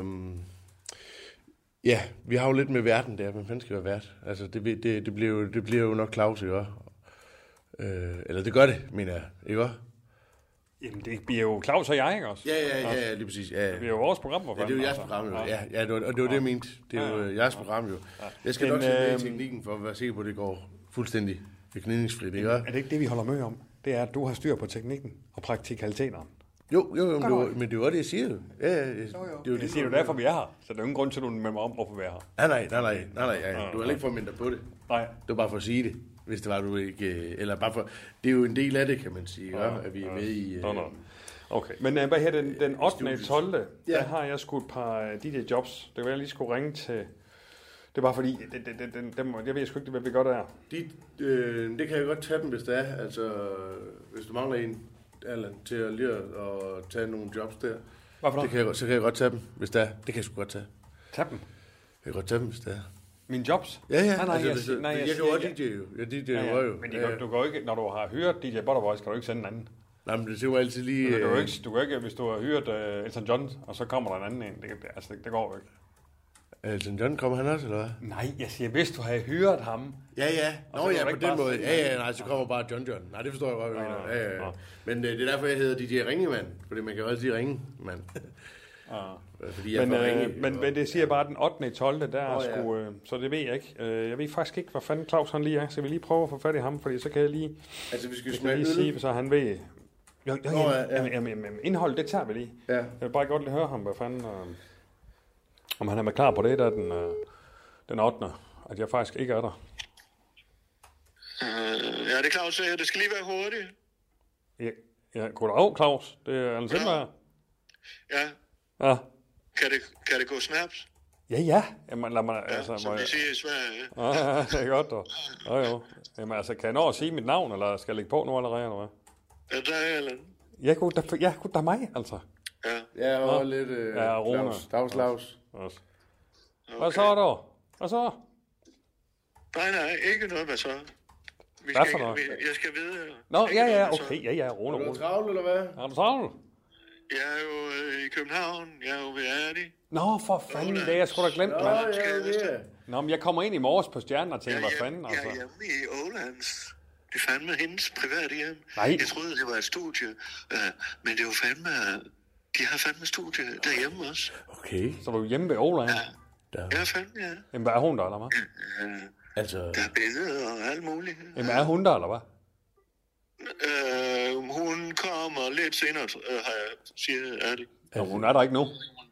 ja, vi har jo lidt med verden der. Hvem fanden skal være vært? Altså, det bliver jo nok Claus, ikke? Eller det gør det, mener jeg, ikke? Jamen, det bliver jo Claus og jeg, ikke også? Ja, lige præcis. Ja. Det bliver jo vores program, hvor fanden. Ja, det er jo jeres program, jo. Ja, og det var det, jeg mente. Det er jo jeres program, jo. Jeg skal nok sætte teknikken for at være sikker på, at det går fuldstændig gnidningsfrit, ikke? Er det ikke det, vi holder med om? Det er, at du har styr på teknikken og praktikaliteterne. Jo, men det er jo det, jeg siger. Ja, det siger du derfor, vi er her. Så der er ingen grund til, at du med mig om, hvorfor vi er her. Nej. Du er ikke for mindre på det. Nej. Det var bare for at sige det, hvis det var, du ikke... Eller bare for... Det er jo en del af det, kan man sige, at vi er med i... Okay, men hvad her den 8. 12. Der har jeg sgu et par DJ-jobs. Det vil jeg lige skulle ringe til... Det er bare fordi, jeg ved sgu ikke, hvad vi gør der. Det kan jeg godt tage dem, hvis det er. Altså, hvis du mangler en til at lige at tage nogle jobs der. Hvorfor så kan jeg godt tage dem, hvis det er. Det kan jeg sgu godt tage. Tag dem? Jeg kan godt tage dem, hvis det er. Mine jobs? Ja. Jeg kan jo også DJ jo. Jeg DJ jo. Men du går ikke, når du har hyret DJ Butterboy, skal du ikke sende en anden. Nej, men det ser jo altid lige... Du kan ikke, hvis du har hyret Elton John, og så kommer der en anden en. Det går jo ikke. Elton John, kommer han også, eller hvad? Nej, jeg siger, hvis du havde hyret ham... Ja. Nå ja, på den måde. Nej, så kommer bare John. Nej, det forstår jeg godt, hvad jeg mener. Ja. Men det er derfor, jeg hedder DJ Ringemand, fordi man kan jo altid ringe, mand. Fordi men det siger bare, den 8. 12. der er sgu... Så det ved jeg ikke. Jeg ved faktisk ikke, hvad fanden Claus han lige er. Så vi lige prøve at få fat i ham, fordi så kan jeg lige... Altså, vi skal smage sige, så han ved... Indholdet, det tager vi lige. Ja. Jeg vil bare godt lige høre ham, hvad fanden... Om han er med klar på det, der den 8. At jeg faktisk ikke er der. Ja, det er Claus her. Det skal lige være hurtigt. Ja, goddag, Claus. Det er Allan Sindberg. Ja. Ja. Kan det gå snaps? Ja. Jamen, lad mig... Altså, som vi siger i Sverige. Ja, det er godt, dog. Jo. Jamen, altså, kan jeg nå at sige mit navn, eller skal jeg lægge på nu allerede, eller hvad? Er det dig, Allan? Ja, da mig, altså. Ja. Jeg var lidt... Ja, Rune. Dags. Okay. Hvad så, dog? Hvad så? Nej, ikke noget, hvad så? Hvad for noget? Jeg skal vide... Nå, ja, okay. Ja, Rune. Er du travlt, eller hvad? Er du travlt? Jeg er jo i København. Jeg er jo ved Ærdig. Nå, for fanden, det er jeg sgu da glemt, mand. Ja. Nå, men jeg kommer ind i morges på Stjernen og tænker, hvad fanden, altså. Jeg er hjemme i Ålands. Det er fandme hendes private hjem. Nej. Jeg troede, det var et studie. Men det er jo fandme... De har fandme studie derhjemme også. Okay. Så er du hjemme ved Åland? Ja, fandme, ja. Jamen, hvad er hun der, eller hvad? Altså... Der er billeder og alt muligt. Jamen, er hun der, eller hvad? Hun kommer lidt senere, siger Ærlig. Altså, hun er der ikke nu.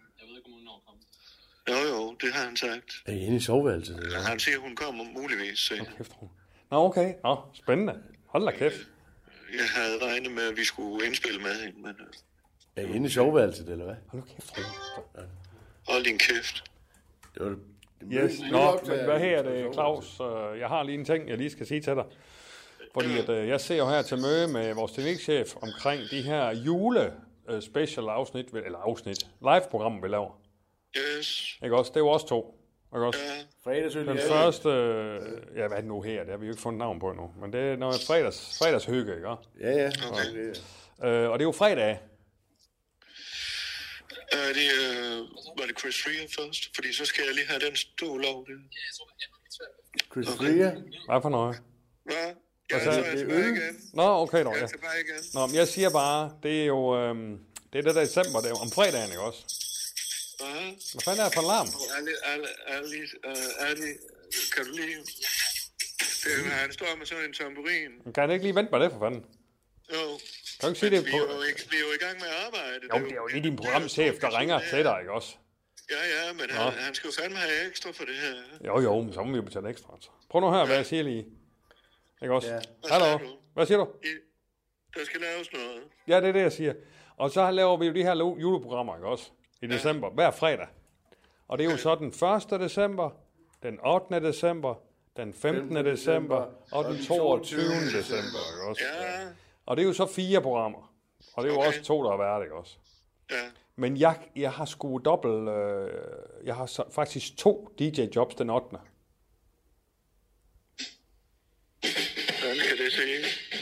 Jo, det har han sagt. Er I inde i soveværelset? Eller? Han siger, hun kommer muligvis senere. Nå, okay. Nå, spændende. Hold da kæft. Jeg havde regnet med, at vi skulle indspille med hende, men... Er I inde i soveværelset, eller hvad? Hold nu kæft, Hold din kæft. Det var det. Yes. Nå, men hvad her er det, Claus? Jeg har lige en ting, jeg lige skal sige til dig. Fordi at, jeg ser jo her til møde med vores teknikchef omkring de her special afsnit, live-programmer, vi laver. Yes. Ikke også? Det er jo også 2. Ikke også? Ja. Fredagsøl. Den første... ja, hvad er det nu her? Det har vi jo ikke fundet navn på endnu. Men det er noget fredagshygge, ikke også? Ja. Okay. Og det er jo fredag. Var det Chris Rea først? Fordi så skal jeg lige have den stol over det. Chris Rea? Hvad for noget? Hvad? Så er jeg tilbage igen. Nå, okay dog, Jeg ja. er tilbage igen. Nå, men jeg siger bare, det er jo... det er det der december, det er om fredagen, ikke også? Hvad fanden er det for en larm? Ali, kan du lige... Han står med sådan en tamburin. Kan han ikke lige vente på det, for fanden? Jo. Kan du ikke sige det på... Vi er jo i gang med at arbejde. Jo, det er jo lige din programchef, der ringer til dig, ikke også? Ja, men han skal jo fandme have ekstra for det her. Jo, men så må vi jo betale ekstra, altså. Prøv nu her, hvad jeg siger lige. Ikke også? Ja. Hallo? Hvad siger du? Der skal laves noget. Ja, det er det, jeg siger. Og så laver vi jo de her juleprogrammer, ikke også? I december, hver fredag. Og det er jo så den 1. december, den 8. december, den 15. december og den 22. december, ikke også? Ja. Og det er jo så 4 programmer. Og det er jo også 2, der har været, ikke også? Ja. Men jeg har sgu dobbelt... jeg har faktisk 2 DJ-jobs den 8. Hvordan kan det se?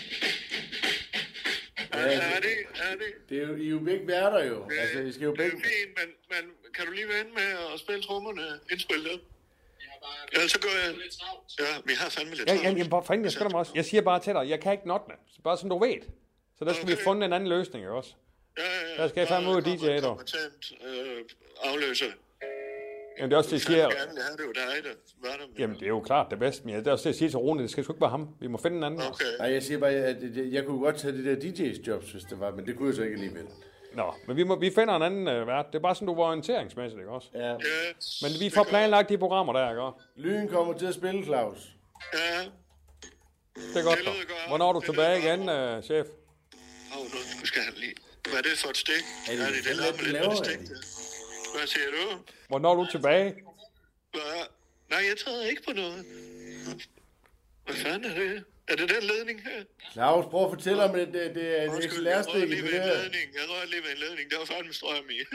Er det? Det er jo, I er jo begge værter jo. Altså, I skal jo begge... Det er jo fint, men kan du lige vente med at spille trommerne? Indspille dem? Ellers så går jeg... Ja, vi har fandme lidt travlt. Ja, hvor fanden, jeg skal også. Jeg siger bare til dig, jeg kan ikke notte. Bare som du ved. Så der skal vi have fundet en anden løsning, ikke også? Ja. Der skal jeg fandme ud af DJ, dog. Afløser. Jamen, det er også det, jeg siger... Det er jo dig, der var der. Jamen, det er jo klart det bedste, men det er også det, jeg siger til Rune, det skal sgu ikke være ham. Vi må finde en anden. Okay. Nej, jeg siger bare, at jeg kunne godt tage de der DJ's jobs, hvis det var, men det kunne jeg så ikke alligevel. Nå, men vi finder en anden vært. Det er bare sådan, du var orienteringsmæssigt, ikke også? Ja. Yes. Men vi får planlagt de programmer der, ikke også? Lyn kommer til at spille, Claus. Ja. Det er godt, dog. Hvornår er du tilbage igen, chef? Nu skal han lige... Hvad er det for et stik? Er det larmer lidt stik? Hvad siger du? Hvornår er du tilbage? Nej, jeg træder ikke på noget. Hvad fanden er det? Er det den ledning her? Claus, prøv at fortælle om, det er en XLR-stik. Jeg rørte lige ved en ledning. Der var fandme strøm i.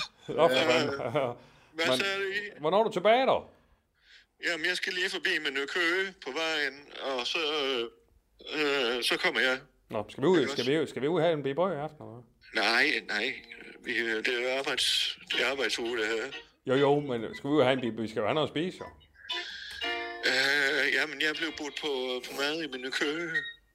Hvad sagde du i? Hvornår er du tilbage, dog? Jamen, jeg skal lige forbi med Køge på vejen, og så kommer jeg. Nå, skal vi ud have en b-boy i aften, eller? Nej. Det er jo arbejdsuge, det her. Jo, men skal vi ud have en b-boy? Vi skal jo have noget at spise, jo. Jamen, jeg blev budt på mad i min Køge.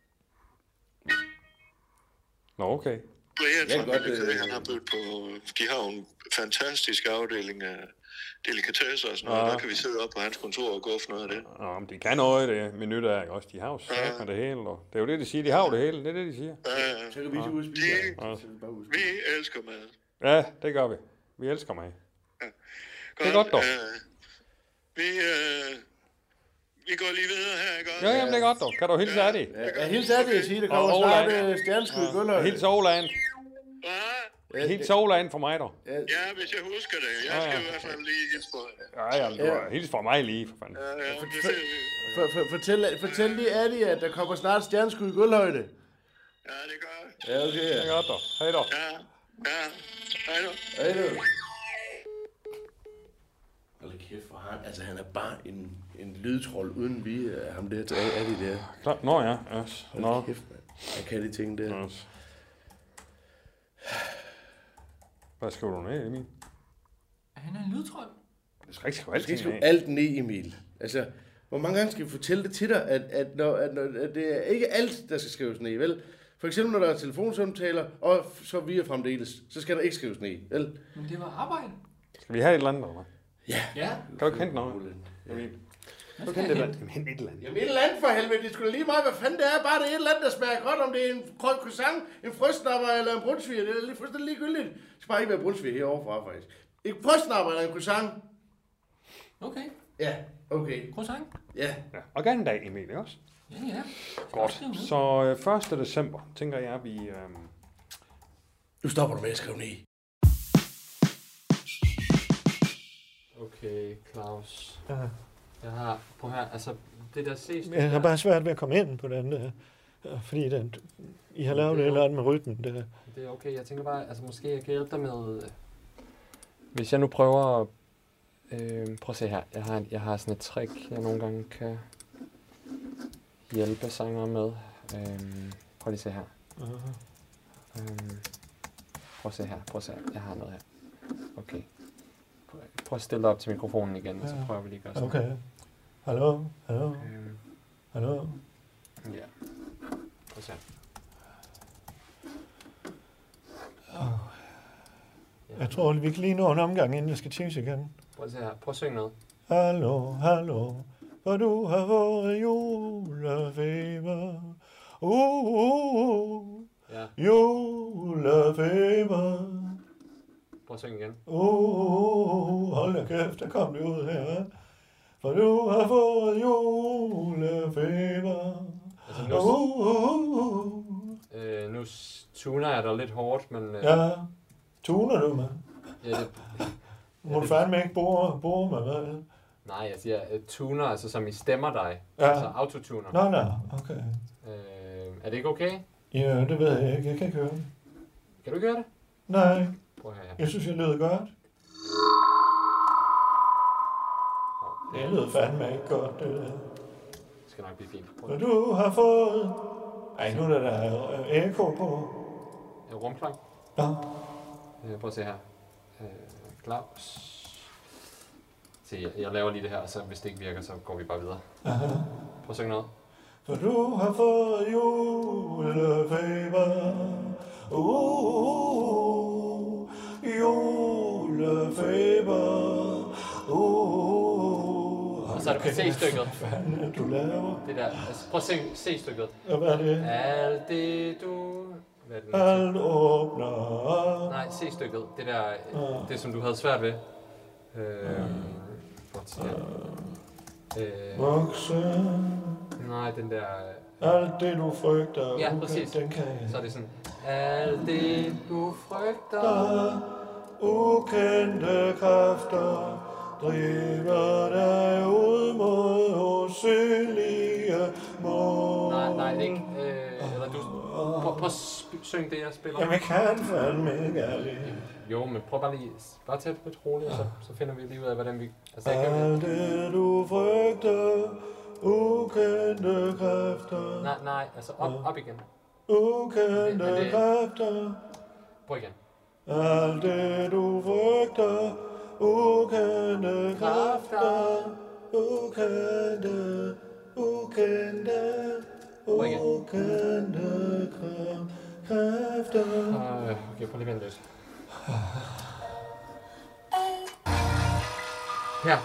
Nå, okay. Brian fra Køge, han har budt på... De har jo en fantastisk afdeling af delikatesser og sådan noget. Der kan vi sidde op på hans kontor og gå for noget af det. Nå, men de kan noget af det med der, ikke også? De har jo sagt med det hele, og det er jo det, de siger. De har jo det hele, det er det, de siger. Så kan vi ikke udspise. Vi elsker mad. Ja, det gør vi. Vi elsker mad. Ja. Det er godt, dog. Vi går lige videre her, ikke? Ja, jamen, det er godt, dog. Kan du hilse af det? Ja, hilse af det, jeg siger. Det kommer snart stjerneskud i Gulløj. Hilse Åland. Helt sola ind for mig, dog. Ja, hvis jeg husker det. Jeg skal i hvert fald lige hilse på det. Ja, hils fra mig lige, for fanden. Fortæl lige Adi, at der kommer snart stjerneskud i guldhøjde. Ja, det gør jeg. Ja, okay. Det er godt, dog. Hej, dog. Ja. Hej, dog. Hej, dog. Hold kæft for ham. Altså, han er bare en lydtrold, uden vi er ham der til Adi der. Klart. Nå, ja. Yes. Hold kæft, mand. Jeg kan de ting der. Yes. Hvad skriver du ned, Emil? Han er en lydtrold. Det skal ikke skrive alt skrive alt ned, Emil. Altså, hvor mange gange skal vi fortælle det til dig, at når det er ikke alt, der skal skrives ned, vel? For eksempel, når der er telefonsamtaler, og så via fremdeles, så skal der ikke skrives ned, vel? Men det var arbejde. Skal vi have et eller andet, eller Ja. Kan du ikke hente noget? Emil? Kan du hente et eller andet? Hente et eller andet. Jamen et eller andet for helvede, det skulle lige meget, hvad fanden det er, bare det er et eller andet, der smager godt, om det er en croissant, en frøsnapper eller en brunsviger, det er lige fuldstændig ligegyldigt. Det skal bare ikke være brunsviger herovre fra, faktisk. En frøsnapper eller en croissant. Okay. Ja, okay. Croissant? Ja. Og gerne en dag, Emil, ikke også? Ja. Godt. Så 1. december, tænker jeg, vi... Nu stopper du med at skrive ned. Okay, Claus. Ja. Jeg har, prøv her, altså det der ses... Jeg har bare svært ved at komme ind på den der, fordi I har lavet et eller andet med rytmen. Det er okay, jeg tænker bare, altså måske jeg kan hjælpe dig med... Hvis jeg nu prøver... prøv at se her, jeg har sådan et trick, jeg nogle gange kan hjælpe sanger med. Prøv lige at se her. Prøv at se her, jeg har noget her. Okay. Prøv at stille dig op til mikrofonen igen, og så prøver vi lige at gøre sådan. Okay. Hallo? Hallo? Ja. Prøv at se. Jeg tror, vi kan lige nå en omgang, inden jeg skal tisse igen. Prøv at se her. Prøv at synge noget. Hallo, for du har fået julefeber. Ja. Julefeber. Prøv at synge igen. Hold da kæft, der kom det ud her. For du har fået julefeber. Altså nu tuner jeg dig lidt hårdt, men... Ja, tuner du mig? Ja, det... Må du fandme ikke bore mig, hvad? Nej, jeg siger tuner, altså som I stemmer dig. Ja. Altså autotuner. Nå, okay. Er det ikke okay? Ja, det ved jeg ikke. Jeg kan ikke høre det. Kan du ikke høre det? Nej. Prøv at høre her. Jeg synes, jeg lyder godt. Det lyder fandme ikke godt, det der. Det skal nok blive fint. Og du har fået... Ej, nu er der ekko på. Rumklang? Ja. Prøv at se her. Claus. Se, jeg laver lige det her, og så hvis det ikke virker, så går vi bare videre. Aha. Prøv at synge noget. For du har fået julefeber. Julefeber. Og så er det på C-stykket. Hvad fanden du laver? Det der, altså prøv at synge C-stykket. Ja, hvad er det? Alt det du... Alt åbner. Nej, C-stykket. Det der, det som du havde svært ved. Vokse. Nej, den der... Alt det du frygter. Ja, præcis. Den kan jeg. Så er det sådan... Alt det du frygter. Ukendte kræfter driver dig ud mod usynlige mål. Nej, det er ikke... eller du... Prøv at synge det, jeg spiller. Jamen, jeg kan fandme ikke ærligt. Jo, men prøv bare lige... Bare tage det lidt roligt, og så finder vi lige ud af, hvordan vi... Altså, alt det du frygter, ukendte kræfter. Nej, altså op igen. Ukendte kræfter. Prøv igen. Alt det du frygter, ukendte kræfter. Ukendte kræfter. Okay, prøv lige vente lidt. Her.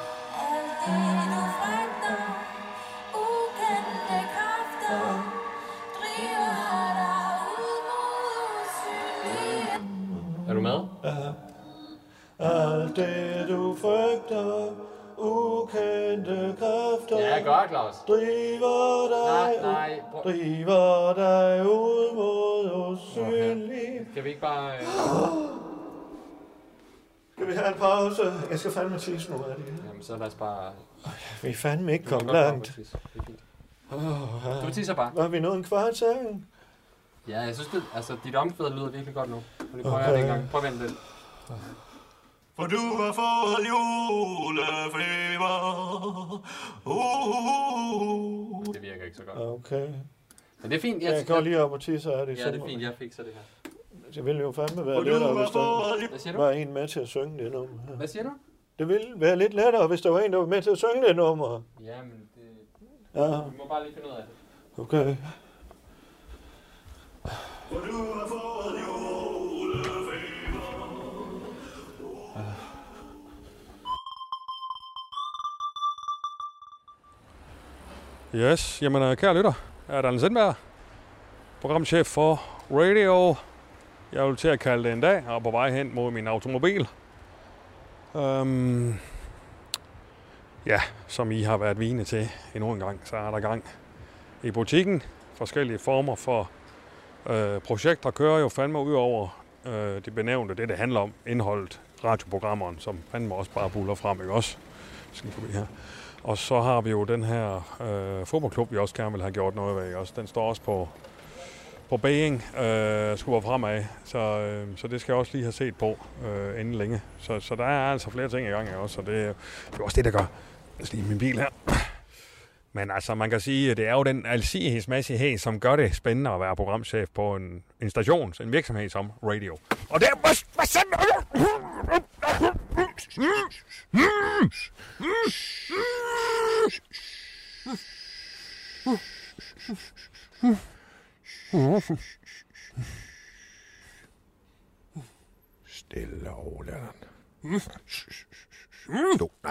Er du med? Alt det du frygter, ukendte kræfter. Ja, godt, Claus. Driver dig ud mod usynlig. Kan vi ikke bare... Skal vi have en pause? Jeg skal fandme tisse nu, er det? Jamen, så lad os bare... Vi er fandme ikke kommet langt. Du tisser bare. Var vi nået en kvart sang? Ja, jeg synes, dit omkvæd lyder virkelig godt nu. Vi prøver det en gang. Prøv at vente lidt. For du har fået julefeber. Det virker ikke så godt. Okay. Men det er fint. Jeg går lige op og tisser, er det? Ja, det er fint. Jeg fikser det her. Det ville jo fandme være lettere, hvis der var en med til at synge det nummer. Hvad siger du? Det ville være lidt lettere, hvis der var en, der var med til at synge det nummer. Ja, men det... Ja. Vi må bare lige finde ud af det. Okay. For du har fået julefeber. Yes, jamen kære lytter, jeg er Daniel Sindberg, programchef for Radio. Jeg vil til at kalde det en dag, og på vej hen mod min automobil. Ja, som I har været vidne til endnu en gang, så er der gang i butikken. Forskellige former for projekter kører jo fandme ud over det benævnte, det handler om, indholdet, radioprogrammeren, som fandme også bare buller frem, ikke også? Skal forbi her. Og så har vi jo den her fodboldklub, vi også gerne vil have gjort noget ved, ikke også? Den står også på baging, skubber fremad, så det skal jeg også lige have set på inden længe. Så der er altså flere ting i gang også, og det er også det, der gør. Jeg skal lige min bil her. Men altså, man kan sige, at det er jo den alsidighedsmæssighed, som gør det spændende at være programchef på en station, en virksomhed som Radio. Og det er... Stille og roligt. Nej.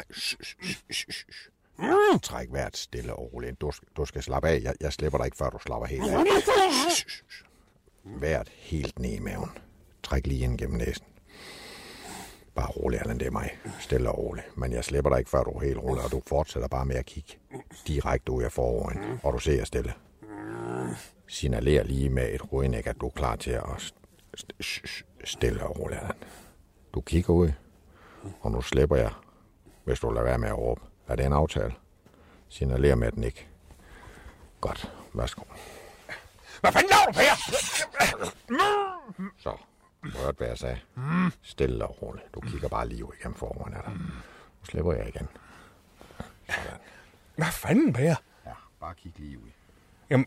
Træk vejret stille og roligt. Du skal slappe af. Jeg slipper dig ikke, før du slapper helt af. Vejret helt ned i maven. Træk lige ind gennem næsen. Bare rolig, Allan, det er mig. Stille og roligt. Men jeg slipper dig ikke, før du er helt rolig, og du fortsætter bare med at kigge direkte ud af foroven, og du ser stille. Signalerer lige med et rødnæk, at du er klar til at stille og roligt, Allan. Du kigger ud, og nu slipper jeg, hvis du lader være med at råbe. Er det en aftale? Signalerer med den ikke. Godt, værsgo. Hvad fanden laver du, Per? Så, hørte hvad jeg sagde. Stille og roligt. Du kigger bare lige ud igennem foroven af dig. Nu slipper jeg igen. Sådan. Hvad fanden, Per? Ja, bare kig lige ud. Jamen...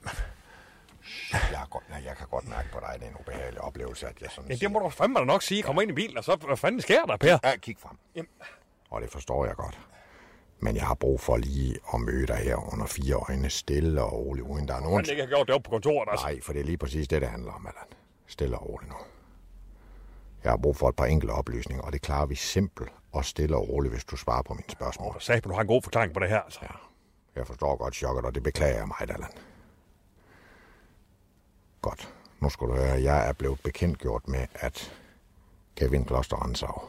Jeg kan godt mærke på dig, det er en ubehagelig oplevelse, at jeg sådan... Ja, det må du fandme da nok sige. Kom ind i bilen, og så hvad fanden sker der, Per? Ja, kig frem. Jamen. Og det forstår jeg godt. Men jeg har brug for lige at møde dig her under 4 øjne, stille og roligt, uden der er nogen... Men ikke har gjort det op på kontoret, altså. Nej, for det er lige præcis det handler om, Allan. Stille og roligt nu. Jeg har brug for et par enkelte oplysninger, og det klarer vi simpelt og stille og roligt, hvis du svarer på mine spørgsmål. Du sagde, du har en god forklaring på det her, altså. Ja, jeg forstår godt chokket, og det beklager jeg mig, Allan. Godt. Nu skal du høre, jeg er blevet bekendtgjort med, at Kevin Kloster Rantzau,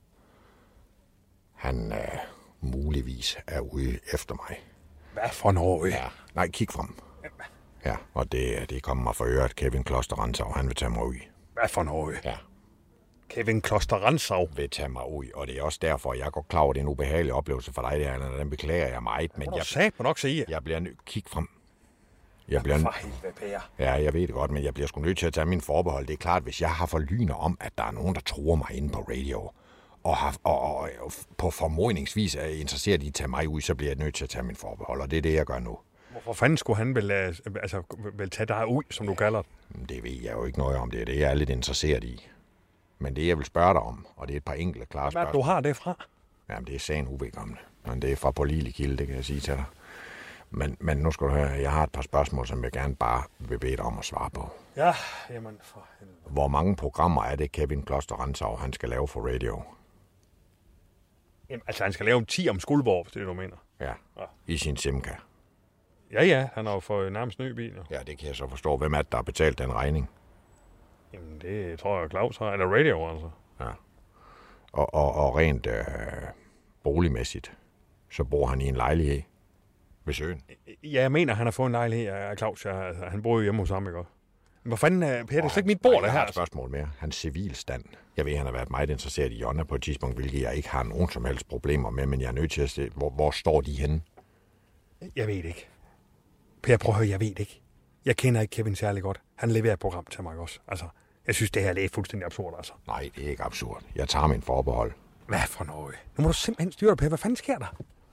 han muligvis er ude efter mig. Hvad for noget? Ja, nej, kig frem. Ja, og det kommer mig for øre, at Kevin Kloster Rantzau, han vil tage mig ud. Hvad for noget? Ja. Kevin Kloster Rantzau vil tage mig ud, og det er også derfor, jeg går klar over, det er en ubehagelig oplevelse for dig, der, og den beklager jeg meget, men jeg sagde nok sige. Jeg bliver kig frem. For helvede, Per. Ja, jeg ved det godt, men jeg bliver sgu nødt til at tage min forbehold. Det er klart, hvis jeg har forlyner om, at der er nogen, der tror mig inde på radio, og på formodningsvis er interesseret i at tage mig ud, så bliver jeg nødt til at tage min forbehold, og det er det, jeg gør nu. Hvorfor fanden skulle han vel tage dig ud, som du kalder det? Det ved jeg jo ikke noget om. Det er det, jeg er lidt interesseret i. Men det, jeg vil spørge dig om, og det er et par enkelte klare spørgsmål. Hvad du har det fra? Jamen, det er sagen uvedkommende. Men det er fra pålidelig kilde, det kan jeg sige til dig. Men nu skal du høre, jeg har et par spørgsmål, som jeg gerne bare vil bede dig om at svare på. Ja, jamen for helvede. Hvor mange programmer er det, Kevin Kloster Rantzau, han skal lave for radio? Jamen, altså, han skal lave 10 om Skuldborg, hvis det er det, du mener. Ja, i sin Simca. Ja, han har jo fået nærmest ny bil. Jo. Ja, det kan jeg så forstå. Hvem er det, der har betalt den regning? Jamen, det tror jeg, Claus har. Eller radio, altså. Ja. Og rent boligmæssigt, så bor han i en lejlighed ved søen. Ja, jeg mener, han har fået en lejlighed af Claus. Han bor jo hjemme hos ham, ikke? Hvor fanden, Per, det er slet ikke mit bord, det her. Jeg har et spørgsmål mere. Hans civilstand. Jeg ved, han har været meget interesseret i Jonna på et tidspunkt, hvilket jeg ikke har nogen som helst problemer med, men jeg er nødt til at se, hvor står de henne? Jeg ved ikke. Per, prøv at høre, jeg ved ikke. Jeg kender ikke Kevin særlig godt. Han leverer et program til mig også. Altså, jeg synes, det her er fuldstændig absurd, altså. Nej, det er ikke absurd. Jeg tager min forbehold. Hvad for noget? Nu må du simpelthen styre dig, Per. Hvad fanden sker der?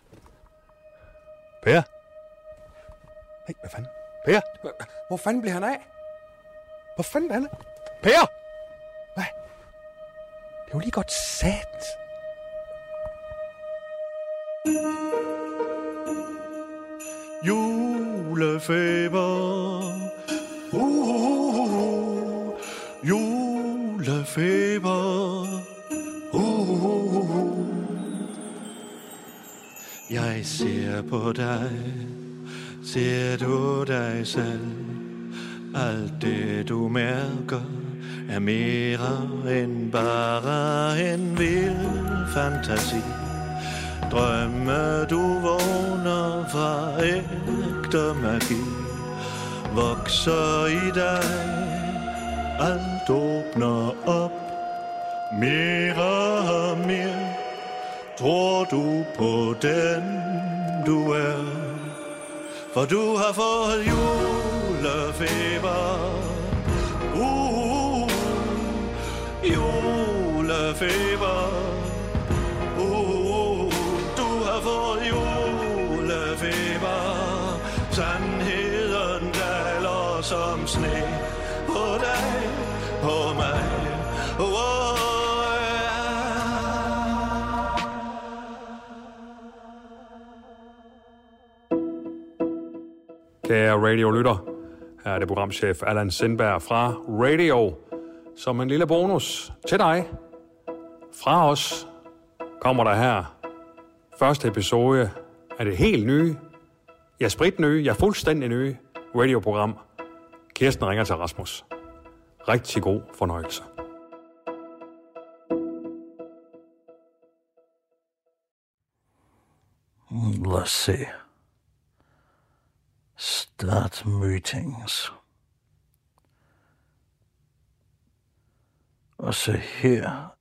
Per? Hey, hvad fanden? Per? Hvor fanden bliver han af? Hvor fanden er han? Per! Hvad? Det er jo lige godt sat. Julefeber. Julefeber. Jeg ser på dig. Ser du dig selv? Alt det du mærker er mere end bare en vild fantasi. Drømme du vågner fra ægte magi vokser i dig. Alt åbner op mere og mere. Tror du på den du er? For du har fået julefeber. Julefeber. Du har fået julefeber. Sandheden daler som sne på dig, på mig. Kære radiolytter, her er det programchef Allan Sindberg fra Radio. Som en lille bonus til dig, fra os, kommer der her første episode af det helt nye, spritnye, fuldstændig nye radioprogram. Kirsten ringer til Rasmus. Rigtig god fornøjelse. Lad os se. Start meetings. Og så her.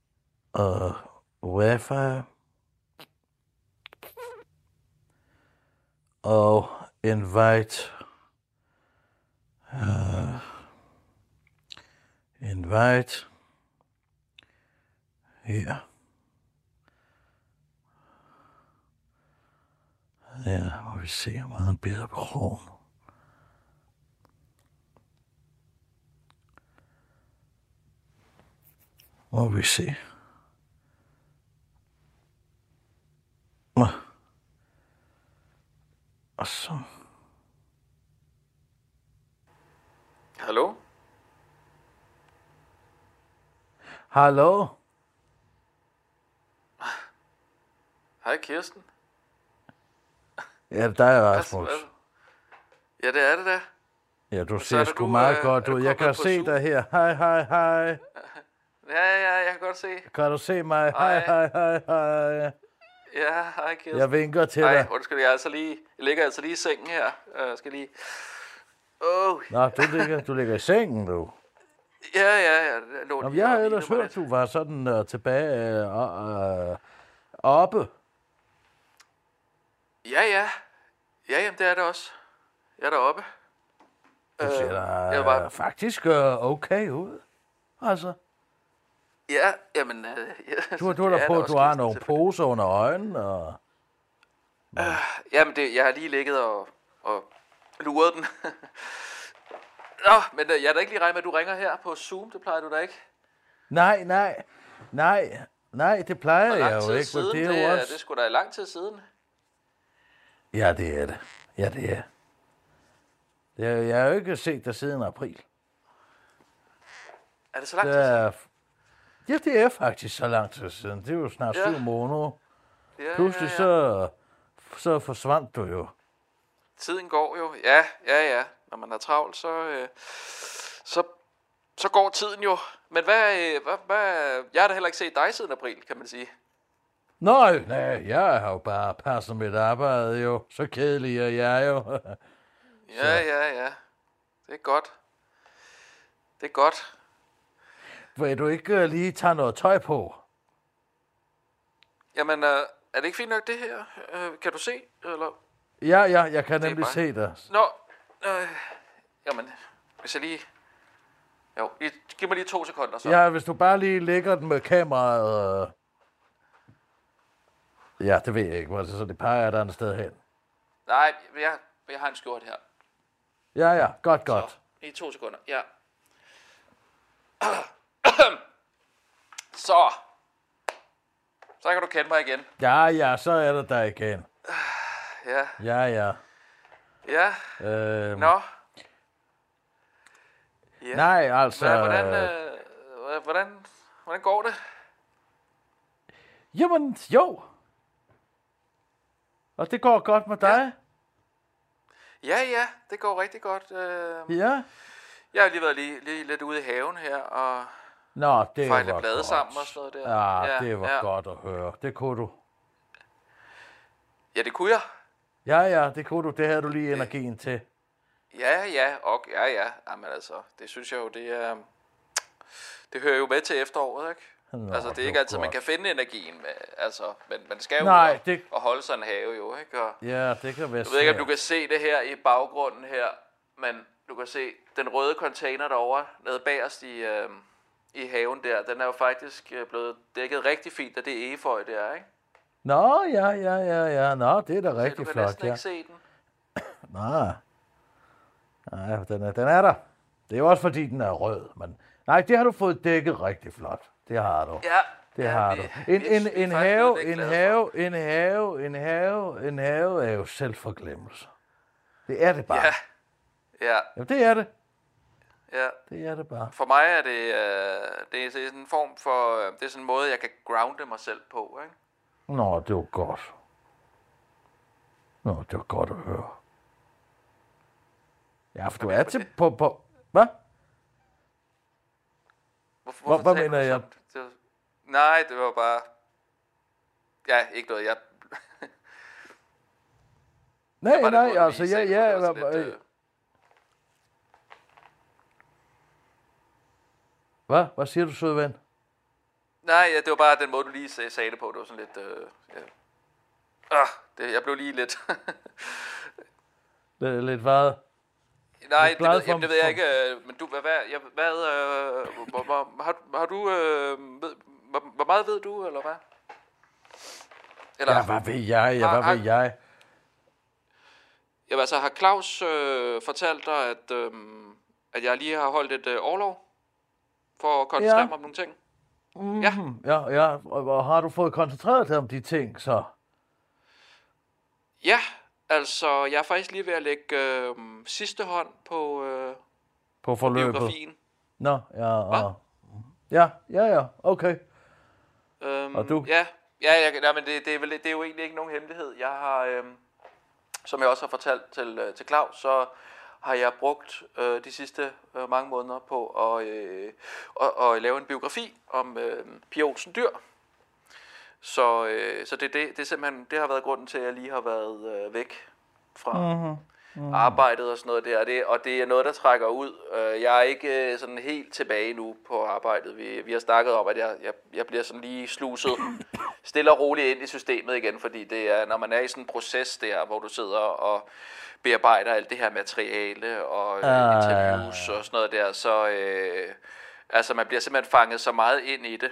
Wi-Fi. Og invite. Invite. Her. Ja, må vi se, om han beder på krogen. Må vi se. Og så. Hallo? Hallo? Hej, Kirsten. Ja, det er dig, Rasmus. Ja, det er det da. Ja, du ser sgu meget godt ud. Jeg kan se dig her. Hej, hej, hej. Ja, jeg kan godt se. Kan du se mig? Hej, hej, hej, hej. Ja, hej, Kirsten. Jeg vinker til dig. Undskyld, jeg ligger altså lige i sengen her. Jeg skal lige... Nå, du ligger i sengen nu. Ja. Jeg har ellers hørt, du var sådan tilbage oppe. Ja, jamen det er det også. Jeg er deroppe. Du ser faktisk okay ud. Altså. Ja, jamen... Du har på, du har nogle poser under øjnene. Jamen, jeg har lige ligget og luret den. Nå, men jeg er da ikke lige regnet med, at du ringer her på Zoom. Det plejer du da ikke? Nej, det plejer jeg jo ikke. Siden, det er også... det er sgu da lang tid siden. Ja, det er det. Jeg har jo ikke set dig siden april. Er det så lang tid siden? Ja, det er faktisk så lang tid siden. Det er jo snart 7 måneder. Ja, pludselig så forsvandt du jo. Tiden går jo. Ja. Når man er travlt, så går tiden jo. Men hvad, jeg har da heller ikke set dig siden april, kan man sige. Nej, jeg har jo bare passet mit arbejde jo. Så kedelig er jeg jo. Ja. Det er godt. Det er godt. Vil du ikke lige tage noget tøj på? Jamen, er det ikke fint nok det her? Kan du se, eller? Ja, jeg kan nemlig se det. Nå, jamen, hvis jeg lige... Jo, giv mig lige 2 sekunder, så. Ja, hvis du bare lige lægger den med kameraet... Ja, det ved jeg ikke, så det peger et andet sted hen. Nej, jeg har en skjort her. Ja, godt. Så, i 2 sekunder, ja. Så kan du kende mig igen. Ja, så er det der igen. Ja. Ja. Ja. Nå. Ja. Nej, altså... Hvordan går det? Jamen, jo. Og det går godt med dig? Ja, det går rigtig godt. Ja. Jeg har lige været lige lidt ude i haven her, og det fejle var blade godt. sammen og sådan noget der. Ja, det var godt at høre. Det kunne du. Ja, det kunne jeg. Ja, det kunne du. Det havde du lige energien til. Ja. Jamen altså, det synes jeg jo, det hører jo med til efteråret, ikke? Altså, det er ikke altid, man kan finde energien med, altså, men man skal jo og holde sig en have jo, ikke? Og ja, det kan være. Jeg ved ikke, om du kan se det her i baggrunden her, men du kan se den røde container derovre, nede bagerst i haven der, den er jo faktisk blevet dækket rigtig fint af det egeføj der, ikke? Nå, ja. Nå, det er da rigtig flot, ja. Du kan næsten ikke se den. Nej, den er der. Det er jo også fordi, den er rød, men... Nej, det har du fået dækket rigtig flot. Det har du. Ja. Det har du. En have er jo selvforglemmelse. Det er det bare. Ja. Jamen, det er det. Ja. Det er det bare. For mig er det er sådan en form for... Det er sådan en måde, jeg kan grounde mig selv på, ikke? Nå, det var godt. Nå, det var godt at høre. Ja, for du er til på... Hvad? Hvad mener jeg? Nej, det var bare... Ja, ikke noget, jeg... Nej, altså, ja. Hvad siger du, søde ven? Nej, det var bare den måde, du lige sagde det på. Det var sådan lidt... jeg blev lige lidt... lidt hvad? Nej, det ved jeg ikke. Men du, har du... Hvor meget ved du, eller hvad? Eller, ja, hvad ved jeg? Hvad ved jeg? Jamen altså, har Claus fortalt dig, at jeg lige har holdt et orlov for at koncentrere mig om nogle ting? Mm-hmm. Ja. Og har du fået koncentreret dig om de ting, så? Ja, altså, jeg er faktisk lige ved at lægge sidste hånd på forløbet. Biografien. Nå, ja. Ja, okay. Og du? Ja, men det er jo egentlig ikke nogen hemmelighed. Jeg har, som jeg også har fortalt til Claus, så har jeg brugt de sidste mange måneder på at lave en biografi om Pia Olsen Dyhr. Så det er simpelthen, det har været grunden til, at jeg lige har været væk fra arbejdet og sådan noget der. Og det er noget, der trækker ud. Jeg er ikke sådan helt tilbage nu på arbejdet. Vi har snakket om, at jeg bliver sådan lige sluset stille og roligt ind i systemet igen, fordi det er, når man er i sådan en proces der, hvor du sidder og bearbejder alt det her materiale og interviews og sådan noget der, så altså man bliver simpelthen fanget så meget ind i det,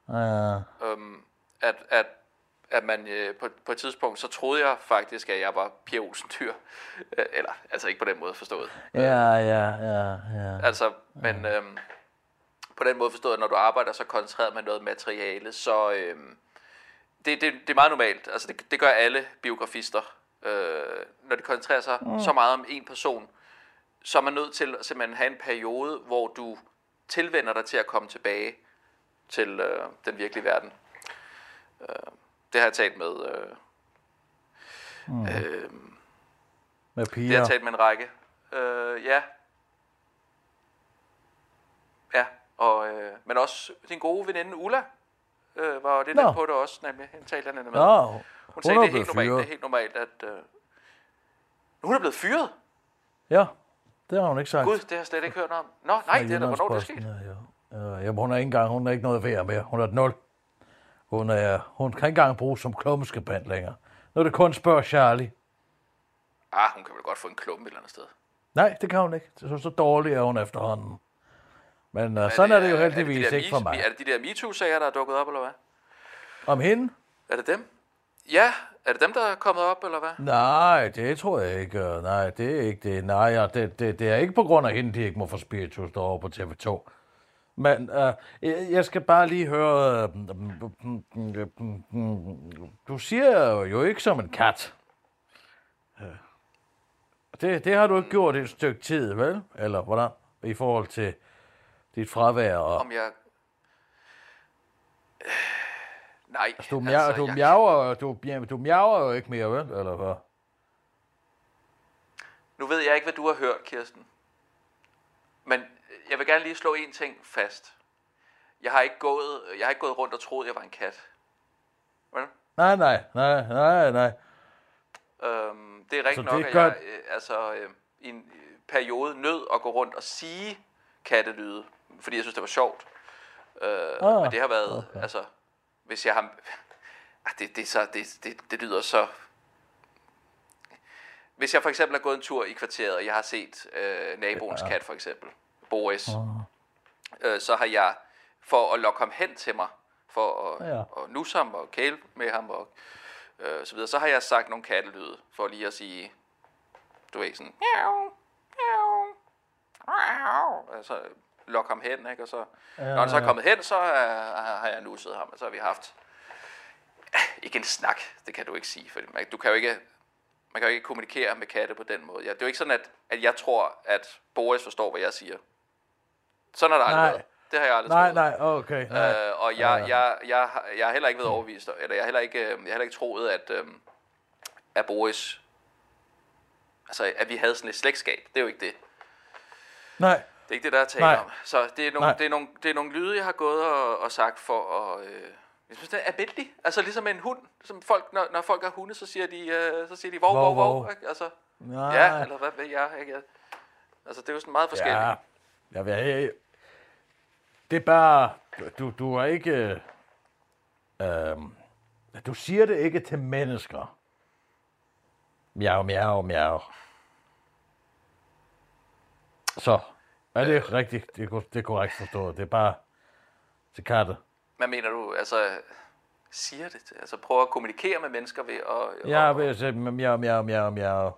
at man på et tidspunkt, så troede jeg faktisk, at jeg var Pia Olsen Dyhr. Eller, altså ikke på den måde forstået. Ja. Altså, men på den måde forstået, at når du arbejder så koncentreret med noget materiale, så det er meget normalt. Altså, det gør alle biografister. Når de koncentrerer sig så meget om en person, så er man nødt til at simpelthen have en periode, hvor du tilvender dig til at komme tilbage til den virkelige verden. Det har jeg talt med med Pia. Det har jeg talt med en række. Ja, og men også din gode veninde Ulla var det der på det også, nemlig. Hende talte jeg med. Hun sagde, det er helt normalt, at hun er blevet fyret. Ja, Det har hun ikke sagt. Gud, det har jeg slet ikke hørt om. Nå, nej, det er da, hvornår det er sket. Jamen, hun er ikke noget værd mere. Hun er et 0. Hun kan ikke engang bruges som klummeskabant længere. Nu er det kun spørg Charlie. Hun kan vel godt få en klumme et eller andet sted. Nej, det kan hun ikke. Så dårlig er hun efterhånden. Men sådan er det jo heldigvis ikke for mig. Er det de der MeToo-sager, der er dukket op, eller hvad? Om hende? Er det dem? Ja, er det dem, der er kommet op, eller hvad? Nej, det tror jeg ikke. Nej, det er ikke det. Nej, det er ikke på grund af hende, de ikke må få spiritus derovre på TV2. Men jeg skal bare lige høre... Du siger jo ikke som en kat. Det har du ikke gjort et stykke tid, vel? Eller hvordan? I forhold til dit fravær og... Om jeg... Nej, altså, du miaver jo ikke mere, vel? Eller hvad? Nu ved jeg ikke, hvad du har hørt, Kirsten. Men jeg vil gerne lige slå en ting fast. Jeg har ikke gået rundt og troet, jeg var en kat. Vel? Nej. Det er rigtigt nok, at jeg i en periode nød at gå rundt og sige kattelyde, fordi jeg synes, det var sjovt. Men det har været, altså, hvis jeg har... Det lyder så... Hvis jeg for eksempel har gået en tur i kvarteret, og jeg har set naboens kat for eksempel, Boris, så har jeg, for at lokke ham hen til mig, for at nusse ham og kæle med ham og så videre, så har jeg sagt nogle kattelyde, for lige at sige, du ved, sådan, miau, miau, miau, altså lokke ham hen, ikke? Og så, når han så er kommet hen, så har jeg nusset ham, og så har vi haft, ikke en snak, det kan du ikke sige, for man kan jo ikke kommunikere med katte på den måde. Det er jo ikke sådan, at jeg tror, at Boris forstår, hvad jeg siger. Sådan er der aldrig været. Det har jeg aldrig troet. Nej, okay. Og jeg har heller ikke været overbevist, eller jeg har heller ikke troet, at Boris, altså at vi havde sådan et slægtskab. Det er jo ikke det. Nej. Det er ikke det, der er tale om. Så det er nogle lyde, jeg har gået og sagt for at... Jeg synes, det er almindeligt. Altså ligesom en hund. Som folk, når folk har hunde, så siger de vov. Altså, ja, eller hvad ved jeg. Ikke? Altså, det er jo sådan meget forskelligt. Ja, det er bare... Du er ikke... du siger det ikke til mennesker. Miau. Så, er det rigtigt? Det er korrekt forstået. Det er bare til katte. Hvad mener du? Altså, siger det? Altså, prøver at kommunikere med mennesker ved at... ved at sige miau.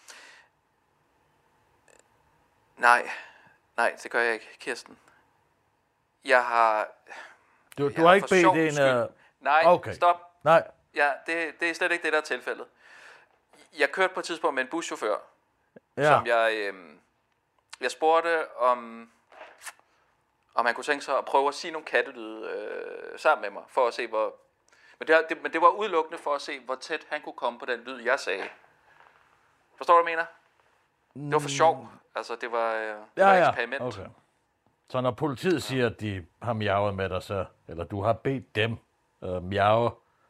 Nej, det gør jeg ikke, Kirsten. Jeg har... Du har ikke bedt en... Nej, okay. Stop. Nej. Ja, det er slet ikke det, der er tilfældet. Jeg kørte på et tidspunkt med en buschauffør, som jeg spurgte om han kunne tænke sig at prøve at sige nogle kattelyde sammen med mig, for at se hvor... Men det var udelukkende for at se, hvor tæt han kunne komme på den lyd, jeg sagde. Forstår du, hvad jeg mener? Det var for sjov. Altså, det var et eksperiment. Okay. Så når politiet siger, at de har miavet med dig, så, eller du har bedt dem miave,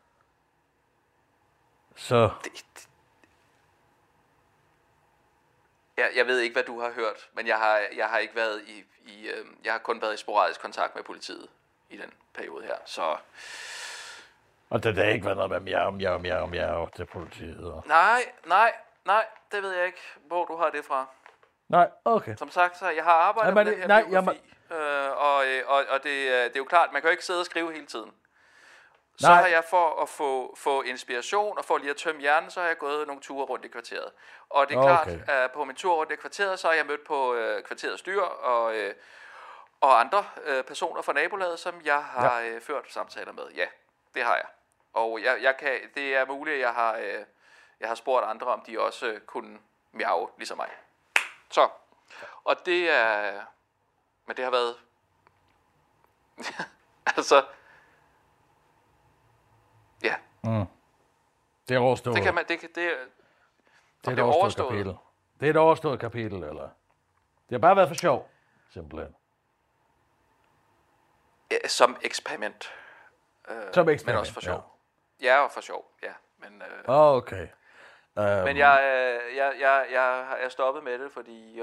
så... Jeg ved ikke, hvad du har hørt, men jeg har ikke været jeg har kun været i sporadisk kontakt med politiet i den periode her, så... Og det har ikke været noget med miau til politiet? Og... Nej, det ved jeg ikke, hvor du har det fra. Nej, okay. Som sagt, så jeg har arbejdet med det her biografi, og det er jo klart, man kan jo ikke sidde og skrive hele tiden. Så har jeg for at få inspiration og for lige at tømme hjernen, så har jeg gået nogle ture rundt i kvarteret. Og det er klart, at på min tur rundt i kvarteret, så har jeg mødt på kvarterets dyr og andre personer fra nabolaget, som jeg har ført samtaler med. Ja, det har jeg. Og det er muligt, at jeg har spurgt andre, om de også kunne miave ligesom mig. Så, og det er... Men det har været... altså... Ja. Det er overstået. Det kan man... Det er et overstået kapitel. Det er et overstået kapitel, eller? Det har bare været for sjov, simpelthen. Som eksperiment. Som eksperiment, men også for sjov. Ja, og for sjov, ja. Men, okay. Men jeg er stoppet med det, fordi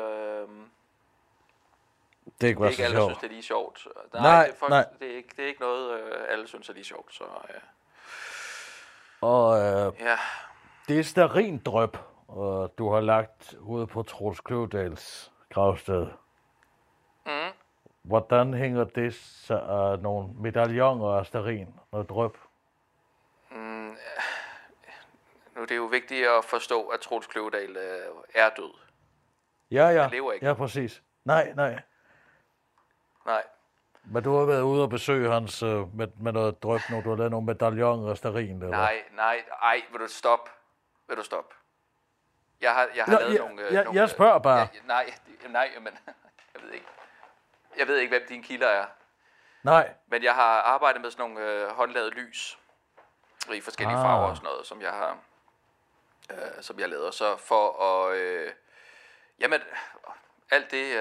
det ikke var ikke så alle sjovt. synes, det er lige sjovt. Nej. Det er ikke noget, alle synes er lige sjovt. Så, Og ja. det er stearindrøb, du har lagt ude på Troels Kløvedals gravsted. Mm. Hvordan hænger det så nogle medaljoner af stearin og drøb? Nu er det jo vigtigt at forstå, at Troels Kløvedal er død. Ja. Han lever ikke. Ja, præcis. Nej. Nej. Men du har været ude og besøge hans med noget drøb, når du har lavet nogle medaljoner af stearin, eller? Nej, vil du stoppe? Jeg har lavet nogle... Jeg spørger bare. Nej, men jeg ved ikke, hvem dine kilder er. Nej. Men jeg har arbejdet med sådan nogle håndlavede lys i forskellige farver og sådan noget, som jeg lavede. Så for at... jamen, alt det...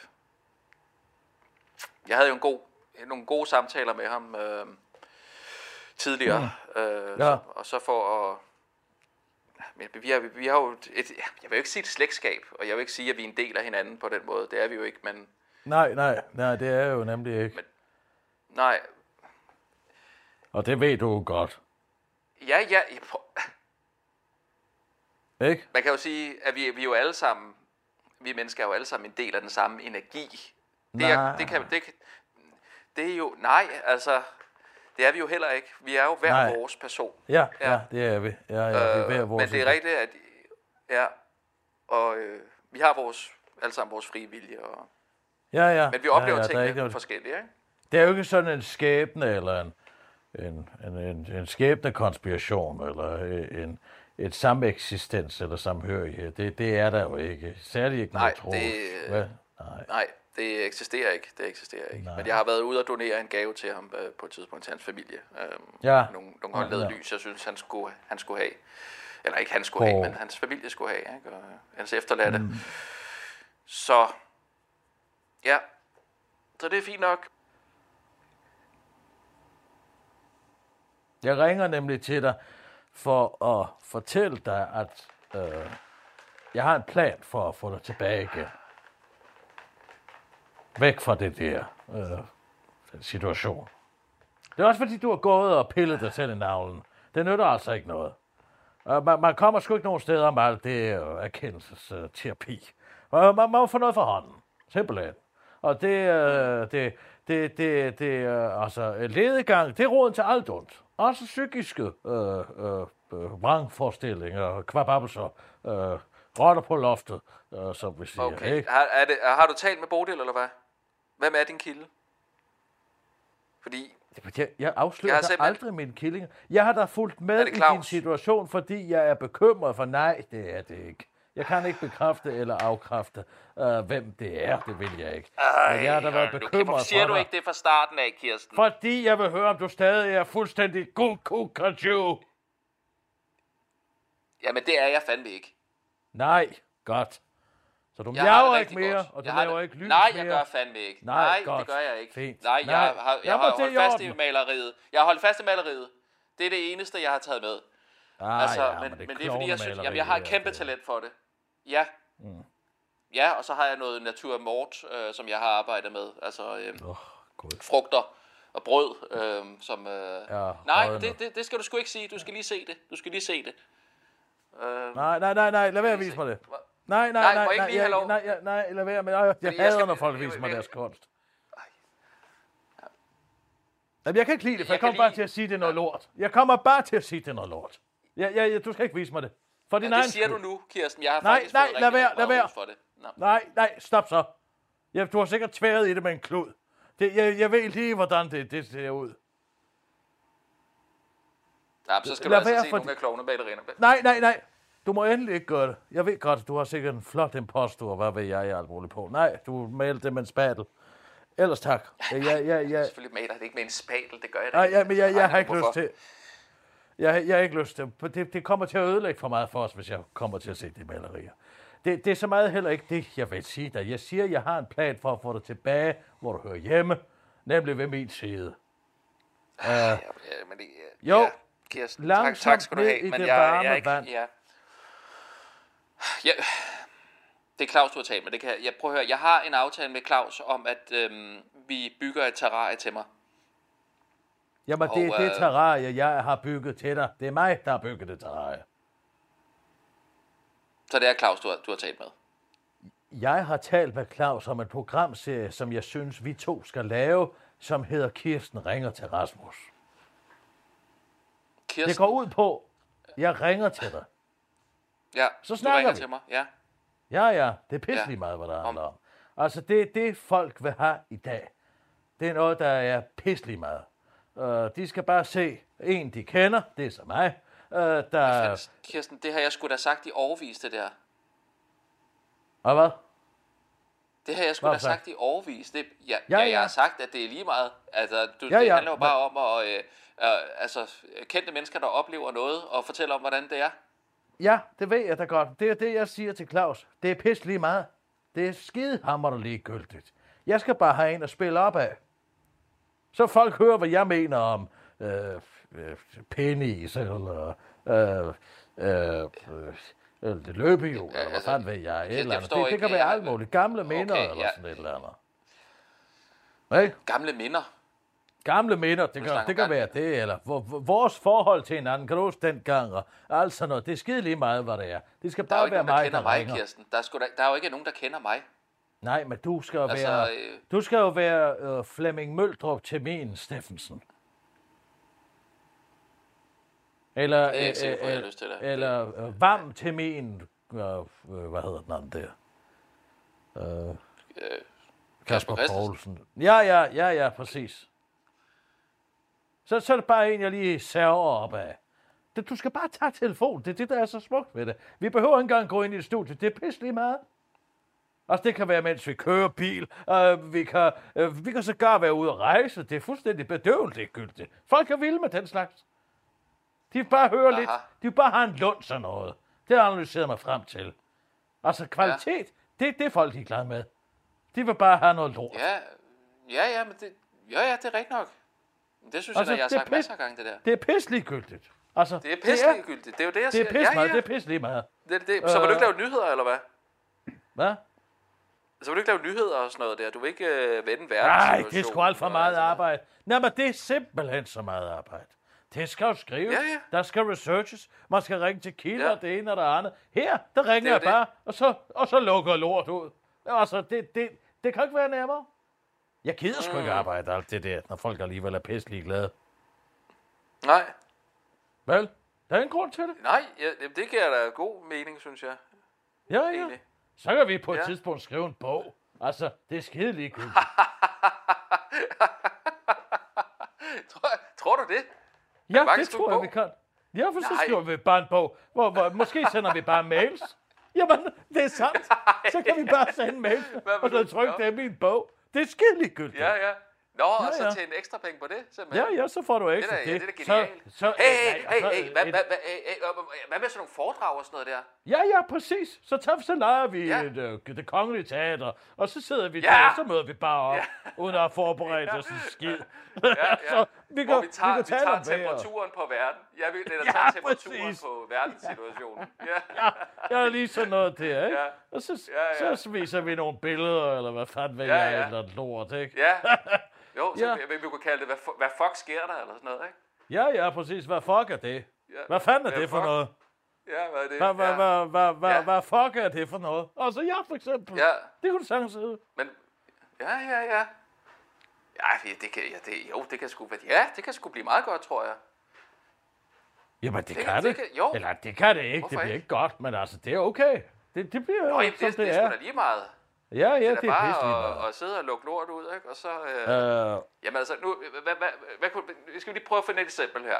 jeg havde jo nogle gode samtaler med ham tidligere. Og så for at... Men vi har jo jeg vil jo ikke sige et slægtskab, og jeg vil ikke sige, at vi er en del af hinanden på den måde. Det er vi jo ikke, men... Nej, det er jo nemlig ikke. Men, nej. Og det ved du godt. Ja. Ikke? Man kan jo sige, at vi er jo alle sammen, vi mennesker er jo alle sammen en del af den samme energi. Det er jo, altså, det er vi jo heller ikke. Vi er jo hver vores person. Ja, det er vi. Ja, vi er hver vores. Men det er rigtigt, at vi har alle sammen vores frie vilje. Og, men vi oplever tingene forskellige, ikke? Det er jo ikke sådan en skæbne, eller en skæbnekonspiration, eller et sameksistens, eller samhørighed. Det er der jo ikke. Særligt ikke noget tro. Nej, det eksisterer ikke. Men jeg har været ude og donere en gave til ham på et tidspunkt til hans familie. Nogle håndlavede lys, jeg synes, han skulle have. Eller ikke han skulle have, men hans familie skulle have. Ikke? Og hans efterladte. Så, ja. Så det er fint nok. Jeg ringer nemlig til dig for at fortælle dig, at jeg har en plan for at få dig tilbage igen. Væk fra det der situation. Det er også fordi, du har gået og pillet dig selv i navlen. Det nytter altså ikke noget. Man kommer sgu ikke nogen steder med alt det erkendelsesterapi. Man må få noget for hånden. Simpelthen. Og altså, ledegang, det er roden til alt ondt. Også psykiske vrangforestillinger, kvababelser, rotter på loftet, som vi siger. Okay. Ikke? Har du talt med Bodil, eller hvad? Hvem er din kilde? Fordi... Jeg afslører aldrig mine killinger. Jeg har da fulgt med i din situation, fordi jeg er bekymret for nej, det er det ikke. Jeg kan ikke bekræfte eller afkræfte, hvem det er. Det vil jeg ikke. Men jeg har da været bekymret for dig. Hvorfor siger du ikke det fra starten af, Kirsten? Fordi jeg vil høre, om du stadig er fuldstændig kukkachu. Jamen, det er jeg fandme ikke. Nej, godt. Så du miaver ikke mere, godt. Og du laver ikke lys Nej, jeg gør fandme ikke. Nej, det gør jeg ikke. Fint. Nej, jeg har holdt fast i maleriet. Jeg har holdt fast i maleriet. Det er det eneste, jeg har taget med. Men det er fordi, jeg synes, jeg har et kæmpe talent for det. Ja. Ja, og så har jeg noget naturmort, som jeg har arbejdet med. Altså frugter og brød, som... nej, det skal du sgu ikke sige. Du skal lige se det. Nej, lad være at vise mig det. Nej, lad være med. Jeg hader, når folk viser mig deres kunst. Jamen, jeg kan ikke lide det, for jeg kommer bare til at sige, det er noget lort. Du skal ikke vise mig det. For din egen det siger du nu, Kirsten. Jeg har faktisk fået rigtig meget for det. Nej, stop så. Du har sikkert tværet i det med en klud. Jeg ved lige, hvordan det ser ud. Ja, så skal du altså se nogle af klovnemalerierne. Nej. Du må endelig ikke gøre det. Jeg ved godt, du har sikkert en flot impostor, hvad ved jeg alt muligt på. Nej, du maler det med en spadel. Ellers tak. Jeg selvfølgelig maler det ikke med en spadel, det gør jeg da ikke. Nej, men jeg har ikke lyst til... Jeg har ikke lyst til... Det kommer til at ødelægge for meget for os, hvis jeg kommer til at se de malerier. Det er så meget heller ikke det, jeg vil sige dig. Jeg siger, jeg har en plan for at få dig tilbage, hvor du hører hjemme, nemlig ved min side. Jo, Kirsten, tak skal du have. Men jeg er ikke... Ja. Ja, det er Claus, du har talt med. Det kan jeg prøv at høre. Jeg har en aftale med Claus om, at vi bygger et terrarie til mig. Jamen, det er det terrarie, jeg har bygget til dig. Det er mig, der har bygget det terrarie. Så det er Claus, du har talt med? Jeg har talt med Claus om en programserie, som jeg synes, vi to skal lave, som hedder Kirsten ringer til Rasmus. Kirsten? Det går ud på, jeg ringer til dig. Ja, så du ringer til mig, ja. Ja, det er pisselig meget, hvad der handler om. Altså, det folk vil have i dag, det er noget, der er pisselig meget. De skal bare se en, de kender, det er så mig. Kirsten, det har jeg sgu da sagt i årevis, det der. Og hvad? Det har jeg sgu da sagt i årevis. Jeg har sagt, at det er lige meget. Altså, det handler jo bare om at kendte mennesker, der oplever noget, og fortælle om, hvordan det er. Ja, det ved jeg da godt. Det er det, jeg siger til Claus. Det er pisse lige meget. Det er skidehammer ligegyldigt. Jeg skal bare have en at spille op af. Så folk hører, hvad jeg mener om penis, eller løbehjul, eller hvad fanden ved jeg. Det kan være alt muligt. Gamle minder, eller sådan et eller andet. Hey? Gamle minder? Gamle minder, det kan være det, eller vores forhold til hinanden, kan du huske dengang, og alt sådan noget. Det er skide lige meget, hvad det er. Det skal bare være mig, der ringer. Kirsten. Der er jo ikke nogen, der kender mig. Nej, men du skal jo være Flemming Møldrup til min Steffensen. Eller Vam til min, hvad hedder den anden der? Kasper Poulsen. Ja, præcis. Så er det bare en, jeg lige server op af. Du skal bare tage telefon. Det er det, der er så smukt ved det. Vi behøver ikke engang gå ind i et studie. Det er pisselig meget. Altså, det kan være, mens vi kører bil. Vi kan sågar være ude at rejse. Det er fuldstændig bedøvende ligegyldigt. Folk er vilde med den slags. De vil bare høre lidt. De vil bare have en lund sådan noget. Det analyserer mig frem til. Altså, kvalitet, det er folk, de er glade med. De vil bare have noget lort. Ja, men det er rigtigt nok. Det synes jeg, jeg har sagt masser af gange, det der. Det er pisseligegyldigt. Altså, det er pisseligegyldigt. Det er jo det, jeg siger. Det er pisselig meget. Så vil du ikke lave nyheder, eller hvad? Hvad? Så vil du ikke lave nyheder og sådan noget der? Du vil ikke vende verden? Nej, det er sgu alt for meget arbejde. Nej, men det er simpelthen så meget arbejde. Det skal jo skrives. Ja. Der skal researches. Man skal ringe til kilder, det ene og det andet. Her, der ringer jeg bare, og så lukker lort ud. Altså, det kan ikke være nemmere. Jeg gider sgu ikke arbejde alt det der, når folk alligevel er pisselig glade. Nej. Vel, der er en grund til det. Nej, det giver da god mening, synes jeg. Ja. Egentlig. Så kan vi på et tidspunkt skrive en bog. Altså, det er skide ligegyldigt. Tror du det? Ja, det tror jeg, vi kan. Ja, for så skriver vi bare en bog. Måske sender vi bare mails. Jamen, det er sandt. Så kan vi bare sende mails, og så trykke dem i en bog. Det er skide ligegyldigt. Ja. Nå, og så til en ekstra penge på det, simpelthen. Ja, så får du ekstra det. Det er da genialt. Hey, hvad med sådan nogle foredrag og sådan noget der? Ja, præcis. Så leger vi det kongelige teater, og så sidder vi der, og så møder vi bare op, uden at have forberedt os en skid. Så vi tager temperaturen på verden. Jeg vil tage temperaturen på verdenssituationen. Jeg er lige sådan noget der, ikke? Og så viser vi nogle billeder, eller hvad fanden ved jeg, eller lort, ikke? Ja. Jo, så vi kunne kalde det, hvad fuck sker der, eller sådan noget, ikke? Ja, præcis. Hvad fuck er det? Hvad fanden er det for noget? Ja, hvad er det? Hvad fuck er det for noget? Altså, jeg for eksempel. Ja. Det kunne du sagtens sige. Men, ja. Det kan sgu blive meget godt, tror jeg. Jamen, det kan det. Eller, det kan det ikke. Hvorfor det bliver ikke godt, men altså, det er okay. Det bliver jo, som det er. Det er sgu da lige meget. Ja, det er bare at sidde og lukke lort ud, ikke? Og så... Jamen altså, nu... Skal vi lige prøve at finde et eksempel her?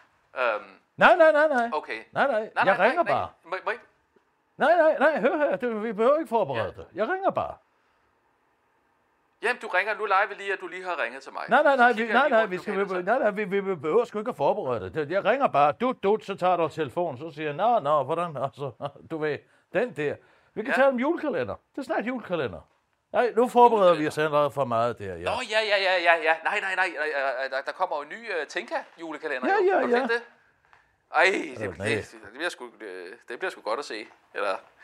Nej. Okay. Nej. Jeg ringer bare. Nej, hør her. Vi behøver ikke forberede det. Jeg ringer bare. Jamen, du ringer. Nu leger vi lige, at du lige har ringet til mig. Nej, vi behøver sgu ikke at forberede det. Jeg ringer bare. Så tager du telefonen, så siger jeg, nå, hvordan? Altså, du ved, den der. Vi kan tale om julekalender. Det er snart julekalender. Nej, nu forbereder vi os allerede for meget der, ja. Nå, ja. Nej. Der kommer jo en ny Tinka-julekalender. Ja. Har du set det? Ej, det bliver sgu godt at se. Eller,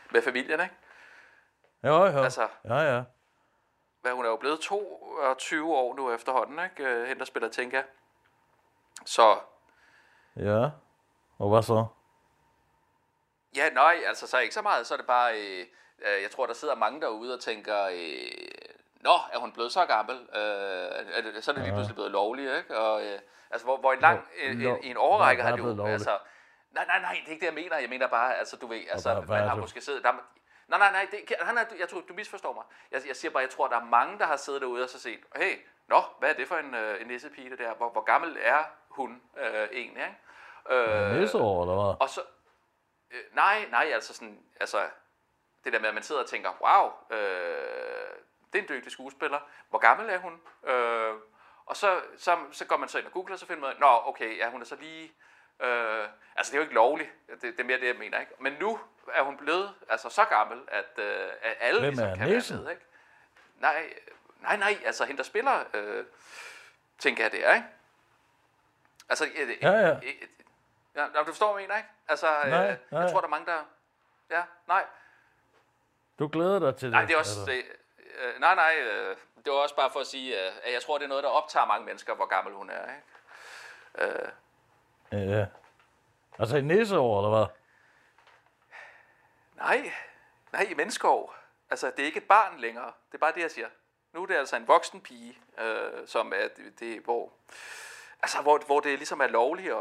med familien, ikke? Jo. Altså, Ja. hvad, hun er jo blevet 22 år nu efterhånden, ikke? Hende, der spiller Tinka. Så... Ja. Og hvad så? Ja, nej, altså så ikke så meget. Så er det bare... jeg tror, der sidder mange derude og tænker... Nå, er hun blevet så gammel? Så er det lige pludselig blevet lovligt, ikke? Og, altså, hvor en overrække har det jo... Altså, nej, det er ikke det, jeg mener. Jeg mener bare, altså, du ved... Altså, man har måske siddet... Nej, jeg tror, du misforstår mig. Jeg siger bare, jeg tror, der er mange, der har siddet derude og så set... Hey, hvad er det for en nissepige, det der? Hvor gammel er hun egentlig, ikke? Nisseår, eller hvad? Og så... Nej, altså sådan... Altså, det der med, at man sidder og tænker, wow, det er en dygtig skuespiller. Hvor gammel er hun? Og så går man så ind og googler, og så finder man ud af, okay, ja, hun er så lige... altså, det er jo ikke lovligt. Det er mere det, jeg mener, ikke? Men nu er hun blevet altså, så gammel, at alle ligesom kan være med, ikke? Nej, altså, hende, der spiller, tænker jeg, det er, ikke? Altså, ja, du forstår, hvad jeg mener, ikke? Altså, nej. Jeg tror, der er mange, der... Ja, nej. Du glæder dig til det? Nej, det er også... det var også bare for at sige, at jeg tror, det er noget, der optager mange mennesker, hvor gammel hun er, ikke? Ja. Altså i nisseår, eller hvad? Nej, i menneskeår. Altså, det er ikke et barn længere. Det er bare det, jeg siger. Nu er det altså en voksen pige, som er det hvor det ligesom er lovligt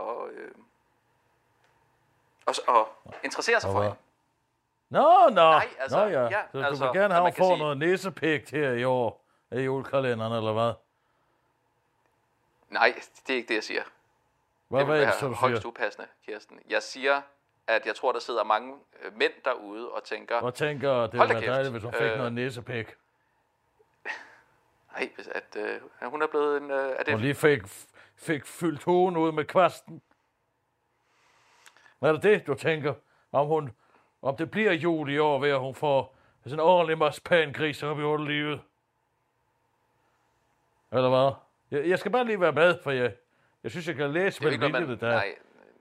og interessere sig for hende. Nå. Nej, altså, Nå ja. Så du vil gerne have at få noget nissepigt her i år i julekalenderen, eller hvad? Nej, det er ikke det, jeg siger. Hvad er det, så du siger? Højst upassende, Kirsten. Jeg siger, at jeg tror, der sidder mange mænd derude og tænker... Og tænker, det ville være dejligt, hvis hun fik noget nissepik. Nej, at hun er blevet en... Hun lige fik fyldt hovedet ud med kvasten. Hvad er det, du tænker? Om det bliver jul i år, ved at hun får sådan en ordentlig marspangris op i underlivet. Eller hvad? Jeg skal bare lige være med, for jeg synes, jeg kan læse med det der. Nej,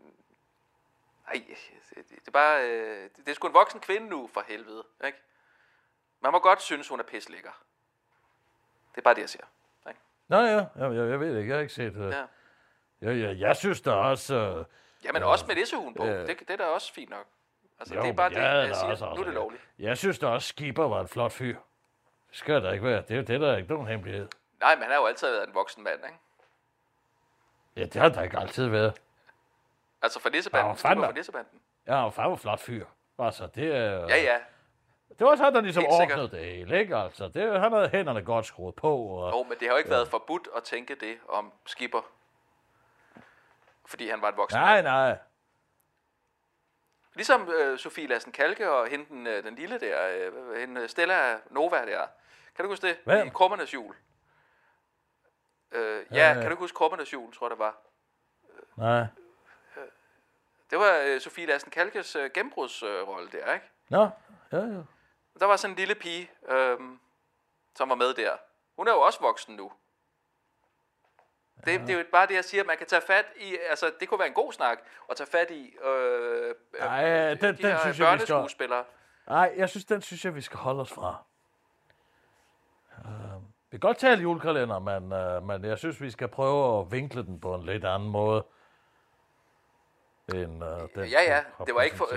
det er bare... det er sgu en voksen kvinde nu, for helvede, ikke? Man må godt synes, hun er pislækker. Det er bare det, jeg siger. Ikke? Nå ja, jeg ved det ikke. Jeg har ikke set det. Ja. Jeg synes da også... Jamen også med nissehuen på. Det er da også fint nok. Altså, det er bare det, jeg siger. Altså, nu er det lovligt. Jeg synes da også, Skipper var en flot fyr. Det skal der ikke være. Det er der ikke nogen hemmelighed. Nej, men han har jo altid været en voksen mand, ikke? Ja, det har der ikke altid været. Altså for nissebanden? Skipper for nissebanden? Ja, og far var flot fyr. Altså, det er... Ja. Det var sådan, der ligesom ordnede det hele, ikke? Altså, han havde hænderne godt skruet på. Jo, men det har jo ikke været forbudt at tænke det om Skipper. Fordi han var en voksen mand. Nej. Ligesom Sofie Lassen Kalke og hende, den lille der, hende Stella Nova der. Kan du huske det? Hvem? I Krummernes Jul. Kan du huske Krummernes Jul, tror jeg det var? Nej. Det var Sofie Lassen Kalkes gennembrudsrolle der, ikke? Nå, ja. Der var sådan en lille pige, som var med der. Hun er jo også voksen nu. Det er jo bare det, jeg siger, man kan tage fat i, altså det kunne være en god snak, at tage fat i den synes børneskuespillere. Nej, den synes jeg, vi skal holde os fra. Vi kan godt tale julekalender, men jeg synes, vi skal prøve at vinkle den på en lidt anden måde. End den, ja, det var ikke for...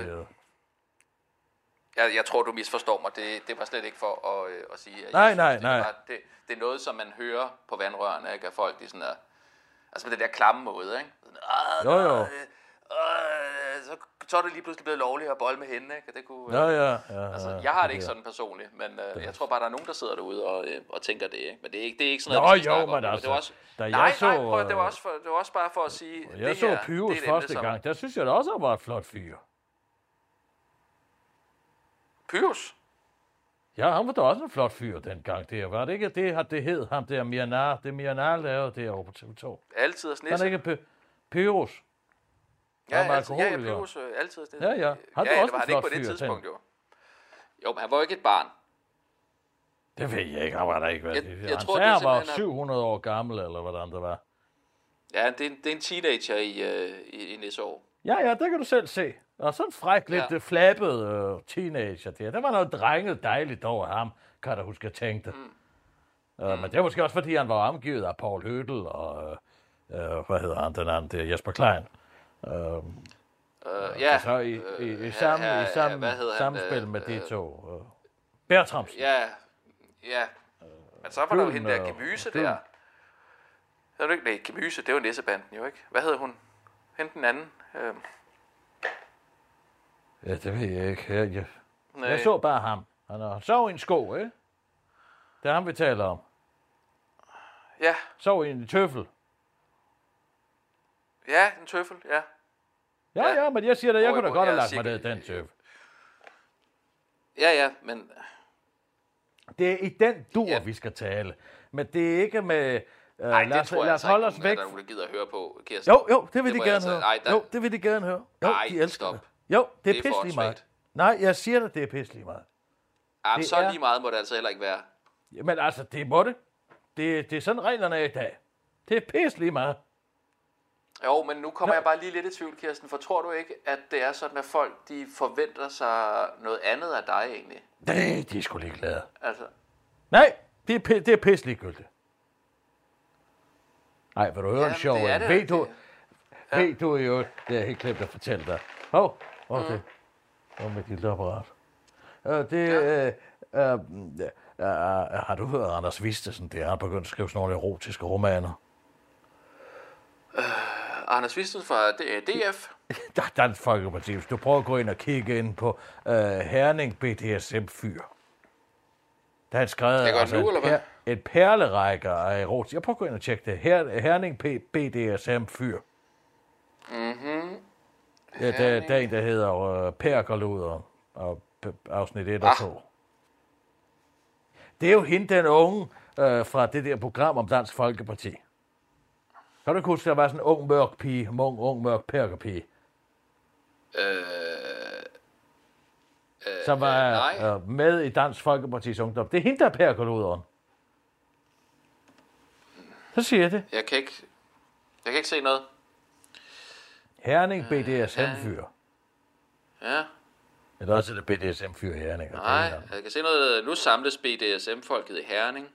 Jeg tror, du misforstår mig. Det var slet ikke for at sige... At nej. Det er noget, som man hører på vandrørene, ikke? At folk, de sådan er... Altså på den der klamme måde, ikke? Jo. Så er det lige pludselig blevet lovligt at bolle med hende, ikke? Det kunne, ja. Altså, jeg har det ikke sådan personligt, men jeg tror bare, der er nogen, der sidder derude og tænker det, ikke? Men det er ikke sådan noget, vi skal snakke om. Altså, det var også, det var også bare for at sige... Jeg så Pyrus første gang, der synes jeg da også, var et flot fyr. Pyrus? Ja, han var da også en flot fyr dengang. Det var det ikke det hed ham der Myanmar. Det Myanmar lavede derovre på TV2. Altid at snisse. Han er ikke Pyrus. Ja, Pyrus altid at snisse. Ja. Han var også en flot fyr. På det tidspunkt, jo. Jo, men han var jo ikke et barn. Det ved jeg ikke. Han var der ikke. Jeg tror, han var 700 år gammel, eller hvordan det var. Ja, det er en teenager i næste år. Ja, det kan du selv se. Og sådan en fræk, lidt flappet teenager der. Der var noget drenget dejligt over ham, kan jeg da huske, jeg tænkte. Men det var måske også, fordi han var omgivet af Paul Hødel og, hvad hedder han, den anden, det er Jesper Klein. Så i samspil med de to. Bertramsen. Ja. Men så var der jo hende der Gemyse der. Det var ikke Gemyse, det var Nissebanden jo, ikke? Hvad hed hun? Hende den anden? Ja, det ved jeg ikke. Jeg så bare ham. Han sov i en sko, ikke? Det er ham, vi taler om. Ja. Sov i en tøffel. Ja, en tøffel, ja. Ja, men jeg siger da, jeg kunne da godt have lagt mig ned i den tøffel. Ja, men... Det er i den dur, vi skal tale. Men det er ikke med... Nej, det tror jeg holde os væk. Der er nogen, der gider at høre på, Kirsten. Jo, det vil de gerne høre. Jo, det vil de gerne høre. Jo, de elsker det. Jo, det er pisselig meget. Nej, jeg siger dig, det er pisselig meget. Ja, så lige meget må det altså heller ikke være. Men altså, det må det. Det er sådan reglerne er i dag. Det er pisselig meget. Jo, men nu kommer jeg bare lige lidt i tvivl, Kirsten, for tror du ikke, at det er sådan, at folk de forventer sig noget andet af dig egentlig? Nej, de er sgu lige glade. Altså. Nej, det er pisselig gyldigt. Nej, vil du høre en sjov? Ved du jo, det er helt klemt at fortælle dig. Okay. Med dit apparat. Har du hørt Anders Vistesen? Det er han begyndt at skrive sådan nogle erotiske romaner. Anders Vistesen fra DF? Dansk Folkeparti. Hvis du prøver at gå ind og kigge ind på Herning BDSM-fyr. Der er han skrevet et perlerække af erotisk. Jeg prøver at gå ind og tjekke det. Herning BDSM-fyr. Mhm. Ja, der er en, der hedder Perkerluder, og afsnit 1 og 2. Det er jo hende, den unge, fra det der program om Dansk Folkeparti. Kan du ikke huske, der var sådan en ung, mørk pige, ung, mørk perkerpige? Som var med i Dansk Folkepartis ungdom. Det er hende, der er perkerluderen. Så siger jeg det. Jeg kan ikke se noget. Herning BDSM-fyr. Ja. Eller også er det BDSM-fyr i Herning. Nej, jeg kan se noget. Nu samles BDSM-folket i Herning.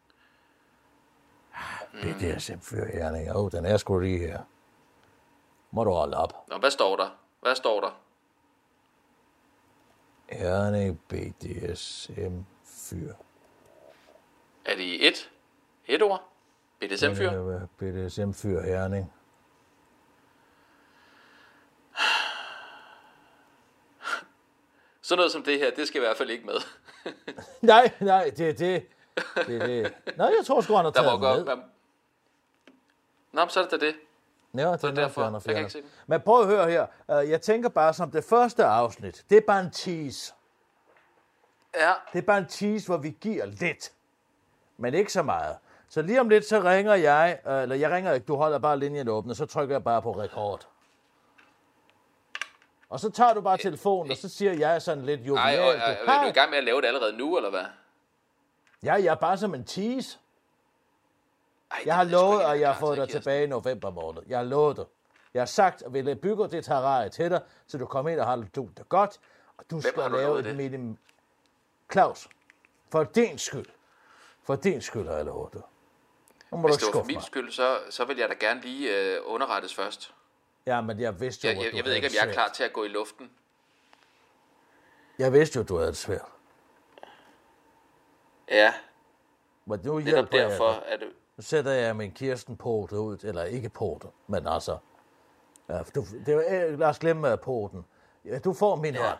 BDSM-fyr i Herning. Den er sgu lige her. Må du holde op. Nå, hvad står der? Herning BDSM-fyr. Er det i et ord? BDSM-fyr? BDSM-fyr Herning. Sådan noget som det her, det skal i hvert fald ikke med. nej, det er det. Nej, jeg tror sgu, han har taget med. Nå, så er det det. Ja, det er derfor. Jeg kan ikke se det. Men prøv at høre her. Jeg tænker bare som det første afsnit. Det er bare en tease. Ja. Det er bare en tease, hvor vi giver lidt. Men ikke så meget. Så lige om lidt, så ringer jeg. Eller jeg ringer ikke, du holder bare linjen åben, og så trykker jeg bare på rekord. Og så tager du bare telefonen, og så siger jeg sådan lidt jovialt. Er du i gang med at lave det allerede nu, eller hvad? Ja, jeg er bare som en tease. Jeg har lovet, at jeg har fået dig tilbage i november måned. Jeg har lovet det. Jeg har sagt, at vi bygger det terrarie til dig, så du kommer ind og har det godt. Og du skal lave et minimum. Claus, for din skyld. For din skyld har jeg lovet det. Hvis det var for min skyld, så vil jeg da gerne lige underrettes først. Ja, men jeg vidste jo, jeg ved ikke, om jeg er klar til at gå i luften. Jeg vidste jo, du havde det svært. Ja. Men nu netop derfor er det... Nu sætter jeg min Kirsten-porte ud, eller ikke porte, men altså... Ja, lad os glemme porten. Ja, du får min hånd.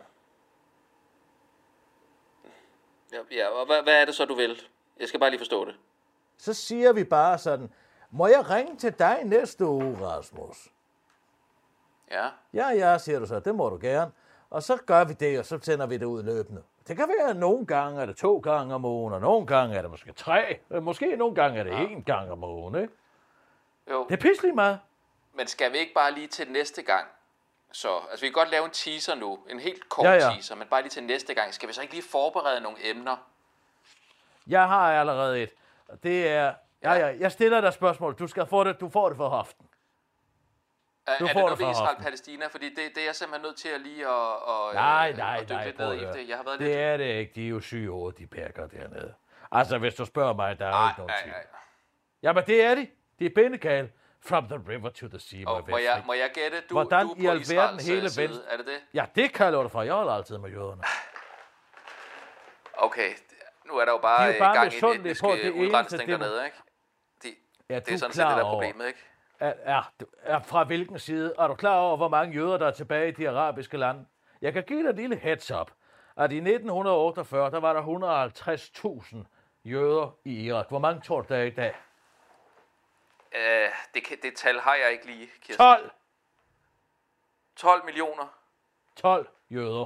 Ja, og hvad er det så, du vil? Jeg skal bare lige forstå det. Så siger vi bare sådan, må jeg ringe til dig næste uge, Rasmus? Ja. Ja, siger du så, det må du gerne. Og så gør vi det, og så sender vi det ud løbende. Det kan være, at nogle gange er det 2 gange om ugen, og nogle gange er det måske 3. Måske nogle gange er det 1 gang om ugen, ikke? Jo. Det er pisselig meget. Men skal vi ikke bare lige til næste gang? Så, altså vi kan godt lave en teaser nu, en helt kort teaser, men bare lige til næste gang. Skal vi så ikke lige forberede nogle emner? Jeg har allerede et. Det er, jeg stiller dig spørgsmål. Du får det for hoften. Er det noget ved Israel-Palæstina? Fordi det er jeg simpelthen nødt til at lige at dykke lidt ned i det. Jeg har været det er det ikke. De er jo syge over, de pærker dernede. Altså, hvis du spørger mig, der er ikke nogen tvivl. Jamen, det er de. Det er bindegale. From the river to the sea. Må jeg gætte? Du er på Israels side. Er det det? Ja, det kan jeg love dig for. Jeg holder altid med jøderne. Okay. Nu er der jo bare gang i en etnisk udrensning dernede, ikke? Det er sådan set det der problemet, ikke? Er fra hvilken side? Er du klar over, hvor mange jøder, der er tilbage i de arabiske lande? Jeg kan give dig et lille heads up, at i 1948, der var der 150.000 jøder i Irak. Hvor mange tror du, der er i dag? Det tal har jeg ikke lige, Kirsten. 12! 12 millioner? 12 jøder.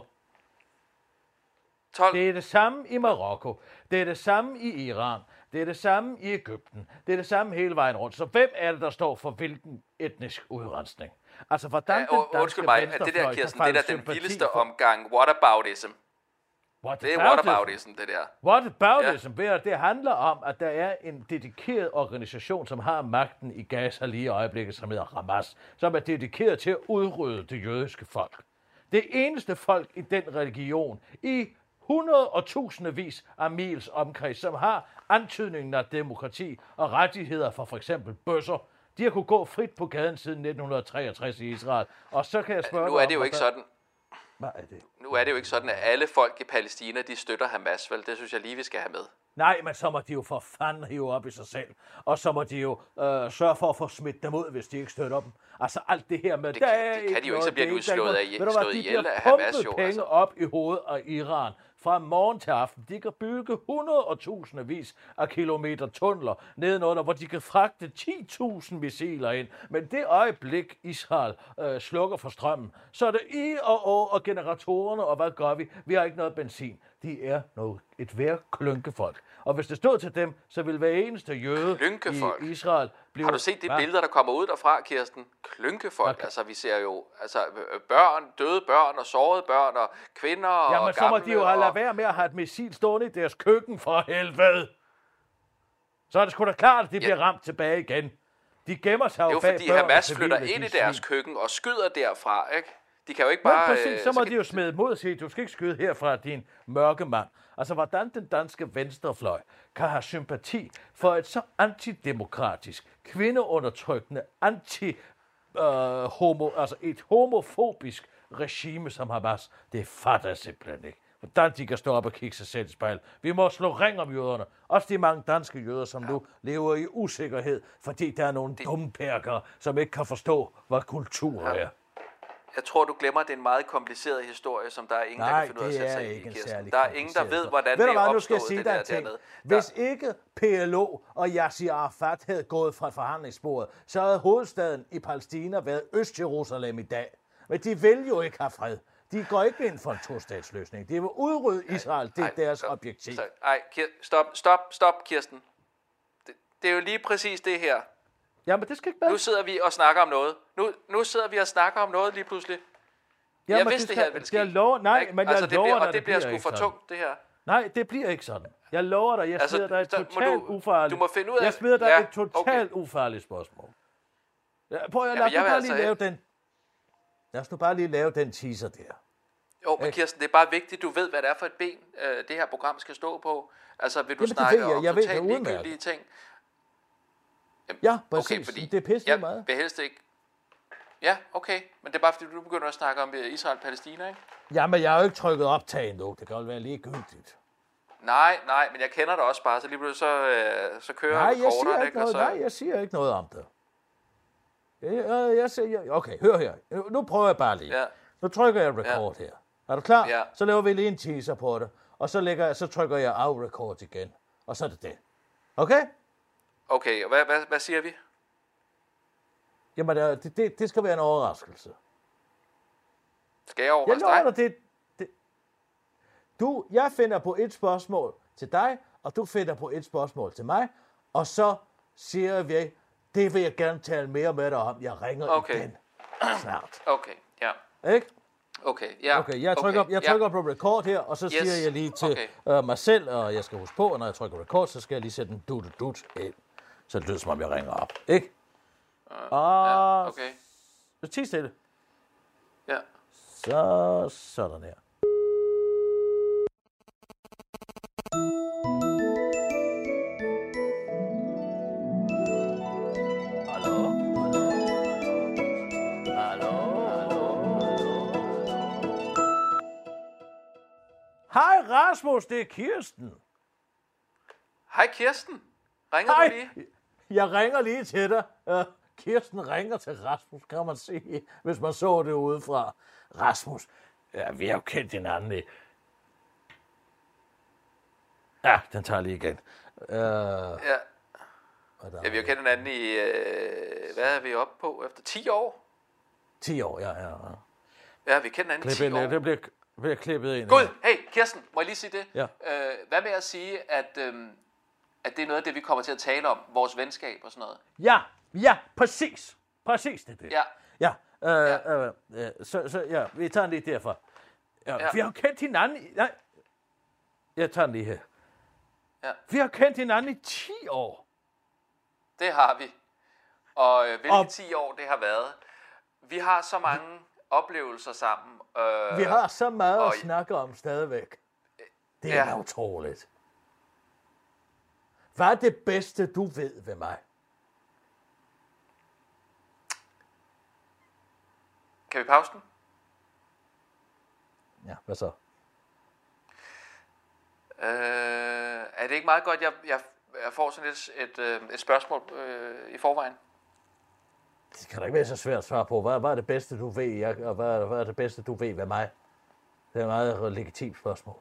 12? Det er det samme i Marokko. Det er det samme i Iran. Det er det samme i Egypten. Det er det samme hele vejen rundt. Så hvem er det, der står for hvilken etnisk udrensning? Altså, hvordan undskyld mig, det der, Kirsten, det er den vildeste omgang whataboutism. Det er whataboutism, det der. Whataboutism, det handler om, at der er en dedikeret organisation, som har magten i Gaza lige i øjeblikket, som hedder Hamas, som er dedikeret til at udrydde det jødiske folk. Det eneste folk i den religion, i 100 og tusindvis af mils omkreds, som har antydningen af demokrati og rettigheder for eksempel bøsser. De har kunne gå frit på gaden siden 1963 i Israel. Og så kan jeg spørge nu er det jo ikke sådan. Hvad er det? Nu er det jo ikke sådan, at alle folk i Palæstina, de støtter Hamas, vel? Det synes jeg lige, vi skal have med. Nej, men så må de jo for fanden hive op i sig selv. Og så må de jo sørge for at få smidt dem ud, hvis de ikke støtter dem. Altså alt det her med... Det kan de jo ikke, så bliver de udslået ihjel af Hamas, jo. Penge op i hovedet af Iran fra morgen til aften. De kan bygge 100 og tusindvis af kilometer tunneler nedenunder, hvor de kan fragte 10.000 missiler ind. Men det øjeblik, Israel slukker for strømmen, så er det og generatorerne, og hvad gør vi? Vi har ikke noget benzin. De er et hver klynkefolk. Og hvis det stod til dem, så ville hver eneste jøde i Israel blive... Har du set de billeder, der kommer ud derfra, Kirsten? Klynkefolk. Okay. Altså, vi ser jo døde børn og sårede børn og kvinder og gamle. Jamen, så må de jo have lade være med at have et missil stående i deres køkken for helvede. Så er det sgu da klart, at de bliver ramt tilbage igen. De gemmer sig jo bag børn. Det er jo fordi Hamas flytter ind i deres køkken og skyder derfra, ikke? De kan jo ikke bare... præcis, så må de jo smide mod og sige, du skal ikke skyde herfra, din mørke mand. Altså, hvordan den danske venstrefløj kan have sympati for et så antidemokratisk, kvindeundertrykkende, et homofobisk regime som Hamas, det fatter jeg simpelthen ikke. Hvordan de kan stå op og kigge sig selv i spejl. Vi må slå ring om jøderne. Også de mange danske jøder, som nu lever i usikkerhed, fordi der er nogle dumme pærker, som ikke kan forstå, hvad kultur er. Jeg tror, du glemmer, at det er en meget kompliceret historie, som der er ingen, der kan finde ud af at sætte sig ind i, Kirsten. Der er ingen, der ved, hvordan det er opstået, det der dernede. Hvis ikke PLO og Yasser Arafat havde gået fra forhandlingsbordet, så havde hovedstaden i Palæstina været Øst-Jerusalem i dag. Men de vil jo ikke have fred. De går ikke ind for en tostatsløsning. De vil udrydde Israel. Det er deres objektiv. Nej, stop, Kirsten. Det er jo lige præcis det her. Jamen, det skal ikke være. Nu sidder vi og snakker om noget. Nu sidder vi og snakker om noget lige pludselig. Jamen, jeg vidste, det her ville ske. Jeg lover dig, det bliver sgu for tungt, det her. Nej, det bliver ikke sådan. Jeg lover dig, jeg smider dig et totalt ufarligt... Du må finde ud af... Jeg smider dig et totalt ufarligt spørgsmål. Prøv at lad os nu bare lige lave den teaser der. Jo, men Kirsten, det er bare vigtigt, du ved, hvad det er for et ben, det her program skal stå på. Altså, vil du snakke om totalt ligegyldige ting? Jamen, ja, præcis. Okay, fordi det er pisse meget. Jeg vil helst ikke... Ja, okay. Men det er bare, fordi du begynder at snakke om Israel-Palæstina, ikke? Jamen, jeg har jo ikke trykket optag endnu. Det kan jo være ligegyldigt. Nej, men jeg kender det også bare, så lige pludselig så kører recorderen, ikke? Nej, jeg siger ikke noget om det. Jeg siger, okay, hør her. Nu prøver jeg bare lige. Ja. Nu trykker jeg record her. Er du klar? Ja. Så laver vi lige en teaser på det. Og så trykker jeg af record igen. Og så er det det. Okay? Okay, og hvad siger vi? Jamen, det skal være en overraskelse. Skal jeg overraske dig? Jeg finder på et spørgsmål til dig, og du finder på et spørgsmål til mig, og så siger vi, det vil jeg gerne tale mere med dig om. Jeg ringer igen snart. Okay, ja. Ikke? Okay, ja. Okay, jeg trykker på record her, og så siger jeg lige til mig selv, og jeg skal huske på, at når jeg trykker record, så skal jeg lige sætte en dut ind. Så det lyder som om, jeg ringer op. Ikke? Okay. Tig stille. Ja. Sådan her. Hej Rasmus, det er Kirsten. Hej Kirsten. Ringer du lige? Jeg ringer lige til dig. Kirsten ringer til Rasmus, kan man sige, hvis man så det udefra. Rasmus, ja, vi har jo kendt hinanden i... Ja, den tager lige igen. Ja. Ja, vi har kendt hinanden i... hvad er vi oppe på? Efter 10 år? 10 år, ja. Ja, vi kender hinanden i 10 år. Det bliver klippet ind. Gud, hey Kirsten, må jeg lige sige det? Ja. Hvad med at sige, at det er noget af det, vi kommer til at tale om, vores venskab og sådan noget? Ja, præcis. Præcis det er det. Ja. Så vi tager den lige derfra. Ja. Vi har kendt hinanden... Nej, jeg tager den lige her. Ja. Vi har kendt hinanden i 10 år. Det har vi. Og hvilke 10 år det har været. Vi har så mange oplevelser sammen. Vi har så meget at snakke om stadigvæk. Det er da utroligt. Hvad er det bedste, du ved ved mig? Kan vi pause den? Ja, hvad så? Er det ikke meget godt, jeg får sådan et spørgsmål i forvejen? Det kan da ikke være så svært at svare på. Hvad er det bedste, du ved, og hvad er det bedste, du ved ved mig? Det er et meget legitimt spørgsmål.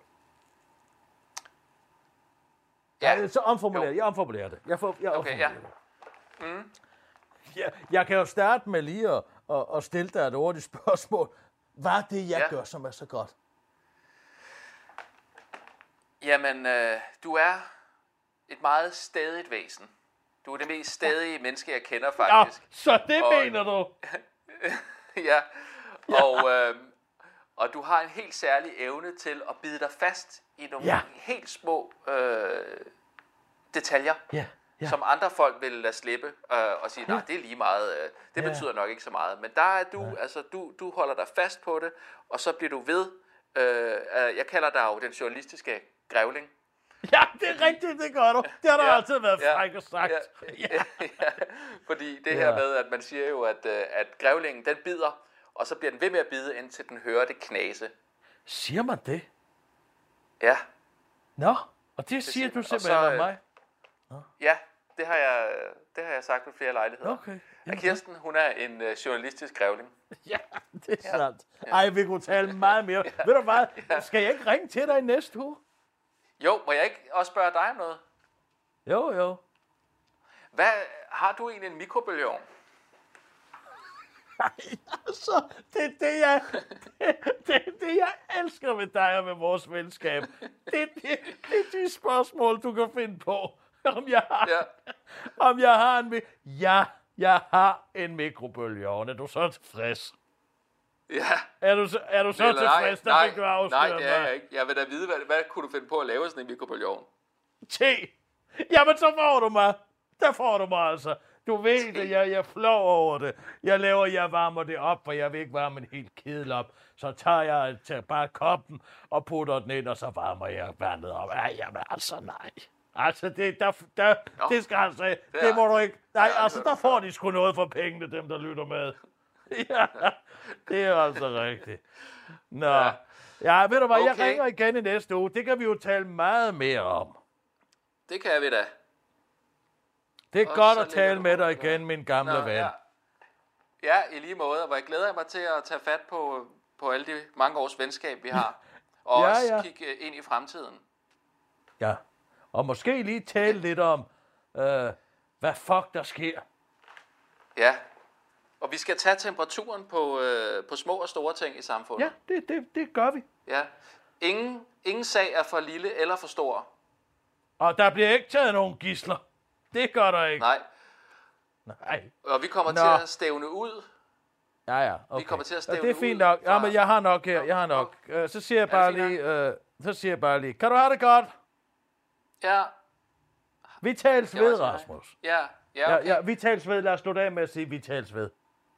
Ja, så omformulerer jeg omformulerer det. Okay, ja. Mm. Jeg kan jo starte med lige at stille dig et hurtigt spørgsmål. Hvad er det, jeg gør, som er så godt? Jamen, du er et meget stædigt væsen. Du er det mest stædige menneske, jeg kender, faktisk. Ja, så det mener du? Ja, og du har en helt særlig evne til at bide dig fast i nogle helt små detaljer, som andre folk vil lade slippe og sige, nej, det er lige meget, det betyder nok ikke så meget. Men der er du holder dig fast på det, og så bliver du ved. Jeg kalder dig jo den journalistiske grævling. Ja, det er rigtigt, det gør du. Det har der altid været fræk og sagt. Ja. Fordi det her med, at man siger jo, at grævlingen, den bider, og så bliver den ved med at bide, indtil den hører det knase. Siger man det? Ja. Nå, og det siger du simpelthen om mig? Ja, det har jeg sagt ved flere lejligheder. Okay. At Kirsten, hun er en journalistisk grævling. Ja, det er sandt. Ej, vi kunne tale meget mere. Ved du hvad, skal jeg ikke ringe til dig i næste uge? Jo, må jeg ikke også spørge dig om noget? Jo. Hvad, har du egentlig en mikrobølgeovn? Nej, altså, det er det, jeg elsker ved dig og ved vores venskab. Det er de spørgsmål, du kan finde på, om jeg har en... Ja, jeg har en mikrobølgeovn. Er du så tilfreds? Ja. Er du så tilfreds, der fik du afsløret mig? Nej, det er jeg ikke. Jeg vil da vide, hvad kunne du finde på at lave sådan en mikrobølgeovn? Te! Jamen, så får du mig. Der får du mig altså. Du ved det, jeg er flov over det. Jeg varmer det op, for jeg vil ikke varme en helt kedel op. Så tager jeg bare koppen og putter den ind, og så varmer jeg vandet op. Jamen, altså nej. Altså, det skal han sige. Det må du ikke. Nej, altså, der får de sgu noget for pengene, dem der lytter med. Ja, det er altså rigtigt. Nå. Ja, ved du hvad, jeg ringer igen i næste uge. Det kan vi jo tale meget mere om. Det kan vi da. Det er godt at tale med dig igen, min gamle ven. Ja, i lige måde. Og jeg glæder mig til at tage fat på alle de mange års venskab, vi har. Og også kigge ind i fremtiden. Ja, og måske lige tale lidt om, hvad fuck der sker. Ja, og vi skal tage temperaturen på små og store ting i samfundet. Ja, det gør vi. Ja, ingen sag er for lille eller for stor. Og der bliver ikke taget nogen gidsler. Det gør der ikke. Nej. Og vi kommer til at stævne ud. Ja, okay. Vi kommer til at stævne ud. Det er fint nok. Ja, men jeg har nok her. Jeg har nok. Så siger jeg bare lige, kan du have det godt? Ja. Vi tales ved, Rasmus. Ja, okay. Ja, vi tales ved. Lad os slutte af med at sige, vi tales ved.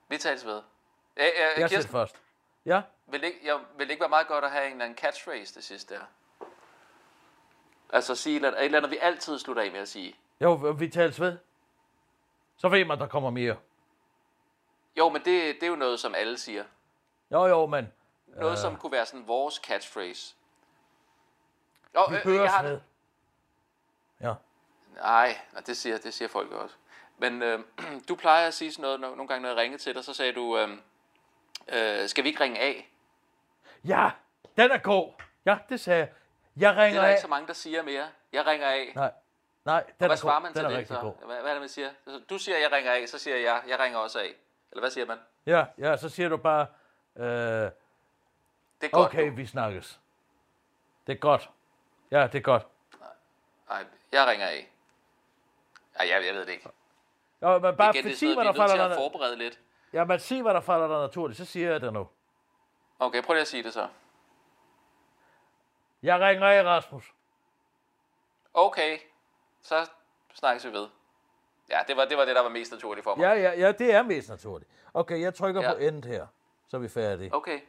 Vi tales ved. Jeg Kirsten, sætter først. Ja? vil det ikke være meget godt at have en eller anden catchphrase det sidste der? Altså sige et eller andet, vi altid slutter af med at sige. Jo, vi tales ved. Så ved man, der kommer mere. Jo, men det er jo noget, som alle siger. Jo, men... Noget, som kunne være sådan vores catchphrase. Vi høres ved. Ja. Nej, det siger folk også. Men du plejer at sige sådan noget, nogle gange, når jeg ringede til dig, så sagde du, skal vi ikke ringe af? Ja, den er god. Ja, det sagde jeg. Jeg ringer af. Det er der ikke så mange, der siger mere. Jeg ringer af. Nej, den hvad er svarer god. man Den til er det, rigtig så? god. Hvad er det, man siger? Du siger, jeg ringer af, så siger jeg ringer også af. Eller hvad siger man? Ja, så siger du bare, det er godt, okay, vi snakkes. Det er godt. Ja, det er godt. Nej, jeg ringer af. Nej, jeg ved det ikke. Jo, men bare igen, sig, hvad der falder dig. dig. Forberede lidt. Ja, men sig, hvad der falder dig naturligt, så siger jeg det nu. Okay, prøv lige at sige det så. Jeg ringer af, Rasmus. Okay, så snakkes vi ved. Ja, det var det, der var mest naturligt for mig. Ja, det er mest naturligt. Okay, jeg trykker på end her, så er vi færdige. Okay.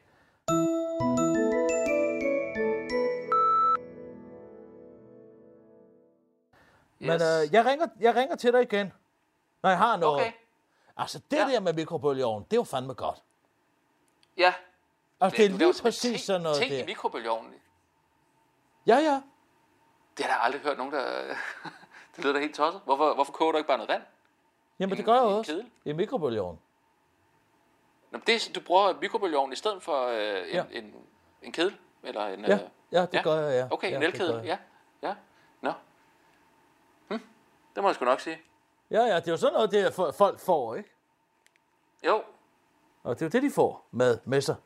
Men jeg ringer til dig igen, når jeg har noget. Okay. Altså, det der med mikrobølgeovnen, det er jo fandme godt. Ja. Altså, det er lige præcis sådan noget Tænk der. i mikrobølgeovnen. Ja. Det har jeg aldrig hørt nogen, der... det lyder da helt tosset. Hvorfor koger du ikke bare noget vand? Jamen, det gør jeg også. I mikrobølgeovnen. Nå, du bruger mikrobølgeovnen i stedet for en kedel? Eller en, ja, det gør jeg, ja. Okay, en elkedel, ja. Nå. Det må jeg sgu nok sige. Ja, det er jo sådan noget, det folk får, ikke? Jo. Og det er jo det, de får med sig.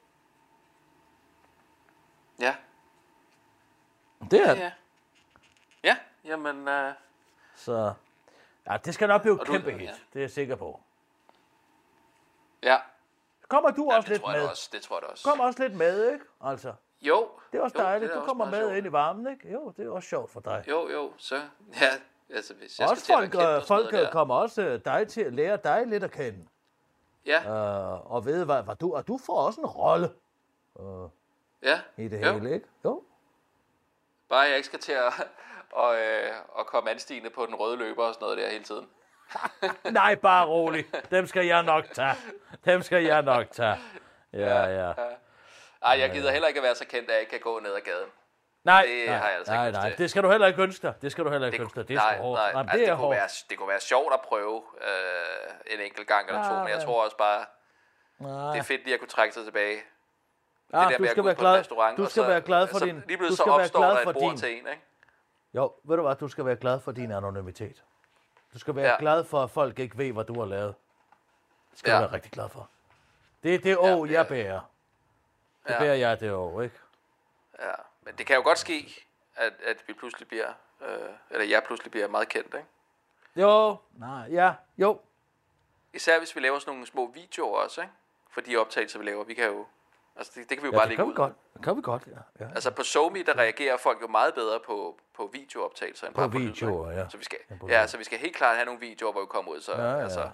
Ja. Det er det. Ja, jamen... Så... Ja, det skal nok blive et kæmpe hit. Det er jeg sikker på. Ja. Kommer du også lidt med? Det tror jeg også. Kom også lidt med, ikke? Altså. Jo. Det er også dejligt. Du kommer med ind i varmen, ikke? Jo, det er også sjovt for dig. Jo, så... Ja, altså hvis jeg også skal folk kommer også dig til at lære dig lidt at kende. Ja. Og ved, hvad du... Og du får også en rolle. I det hele, ikke? Jo. Bare jeg ikke skal til at komme anstigende på den røde løber og sådan noget der hele tiden. Nej, bare rolig. Dem skal jeg nok tage. Ja. Ej, jeg gider heller ikke at være så kendt, at jeg ikke kan gå ned ad gaden. Nej, har jeg altså ikke lyst til. Det skal du heller ikke ønske dig. Det er hårdt. Det kunne være sjovt at prøve en enkelt gang eller to, men jeg tror også bare, det er fedt lige at kunne trække sig tilbage. Du skal være glad. Du skal være glad for din. Lige pludselig så opstår der et bord til en, ikke? Jo, ved du hvad? Du skal være glad for din anonymitet. Du skal være glad for, at folk ikke ved, hvad du har lavet. Det skal du være rigtig glad for. Det er det jeg bærer. Det bærer jeg det ikke? Ja, men det kan jo godt ske, at vi pludselig bliver, eller jeg pludselig bliver meget kendt, ikke? Jo. Især hvis vi laver sådan nogle små videoer også, ikke? For de optagelser, vi laver, vi kan jo... Altså, det kan vi jo bare lægge ud. Det kan vi godt, ja. Altså, på SoMe, der reagerer folk jo meget bedre på videooptagelser end bare på videoer, lyd, ja. Så vi skal helt klart have nogle videoer, hvor vi kommer ud, så... Altså...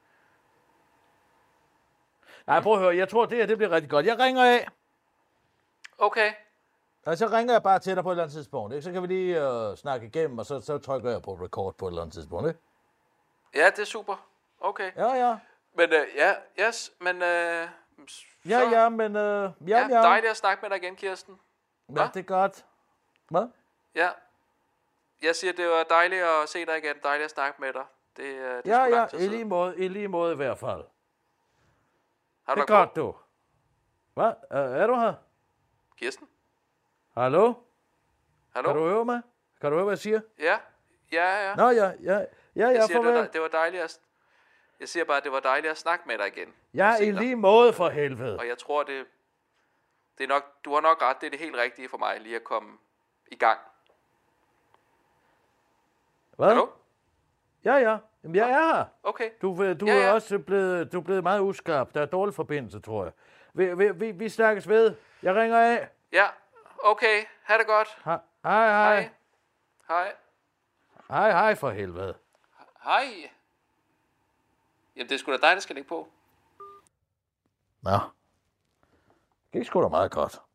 Nej, prøv at høre, jeg tror, det bliver rigtig godt. Jeg ringer af. Okay. Og så ringer jeg bare til dig på et eller andet tidspunkt, ikke? Så kan vi lige snakke igennem, og så trykker jeg på record på et eller andet tidspunkt, ikke? Ja, det er super. Okay. Ja. Men, men... Dejligt at snakke med dig igen, Kirsten. Ja, det er godt. Hvad? Ja. Jeg siger, det var dejligt at se dig igen. Dejligt at snakke med dig. Det i lige måde i hvert fald. Har du det er godt, du. Hvad? Er du her? Kirsten? Hallo? Hallo? Kan du høre mig? Kan du høre, hvad jeg siger? Ja. Nå, ja, farvel. Det var dejligt at... Jeg siger bare, at det var dejligt at snakke med dig igen. Ja, i lige måde for helvede. Og jeg tror, det er nok... Du har nok ret. Det er det helt rigtige for mig lige at komme i gang. Hvad? Hallo? Ja. Jamen, jeg er her. Okay. Du er også blevet meget uskarp. Der er dårlig forbindelse, tror jeg. Vi snakkes ved. Jeg ringer af. Ja, okay. Ha' det godt. Hej. Hej. Hej for helvede. Hej. Jamen, det er sgu da dig, der skal lægge på. Nå. Det er sgu da meget godt.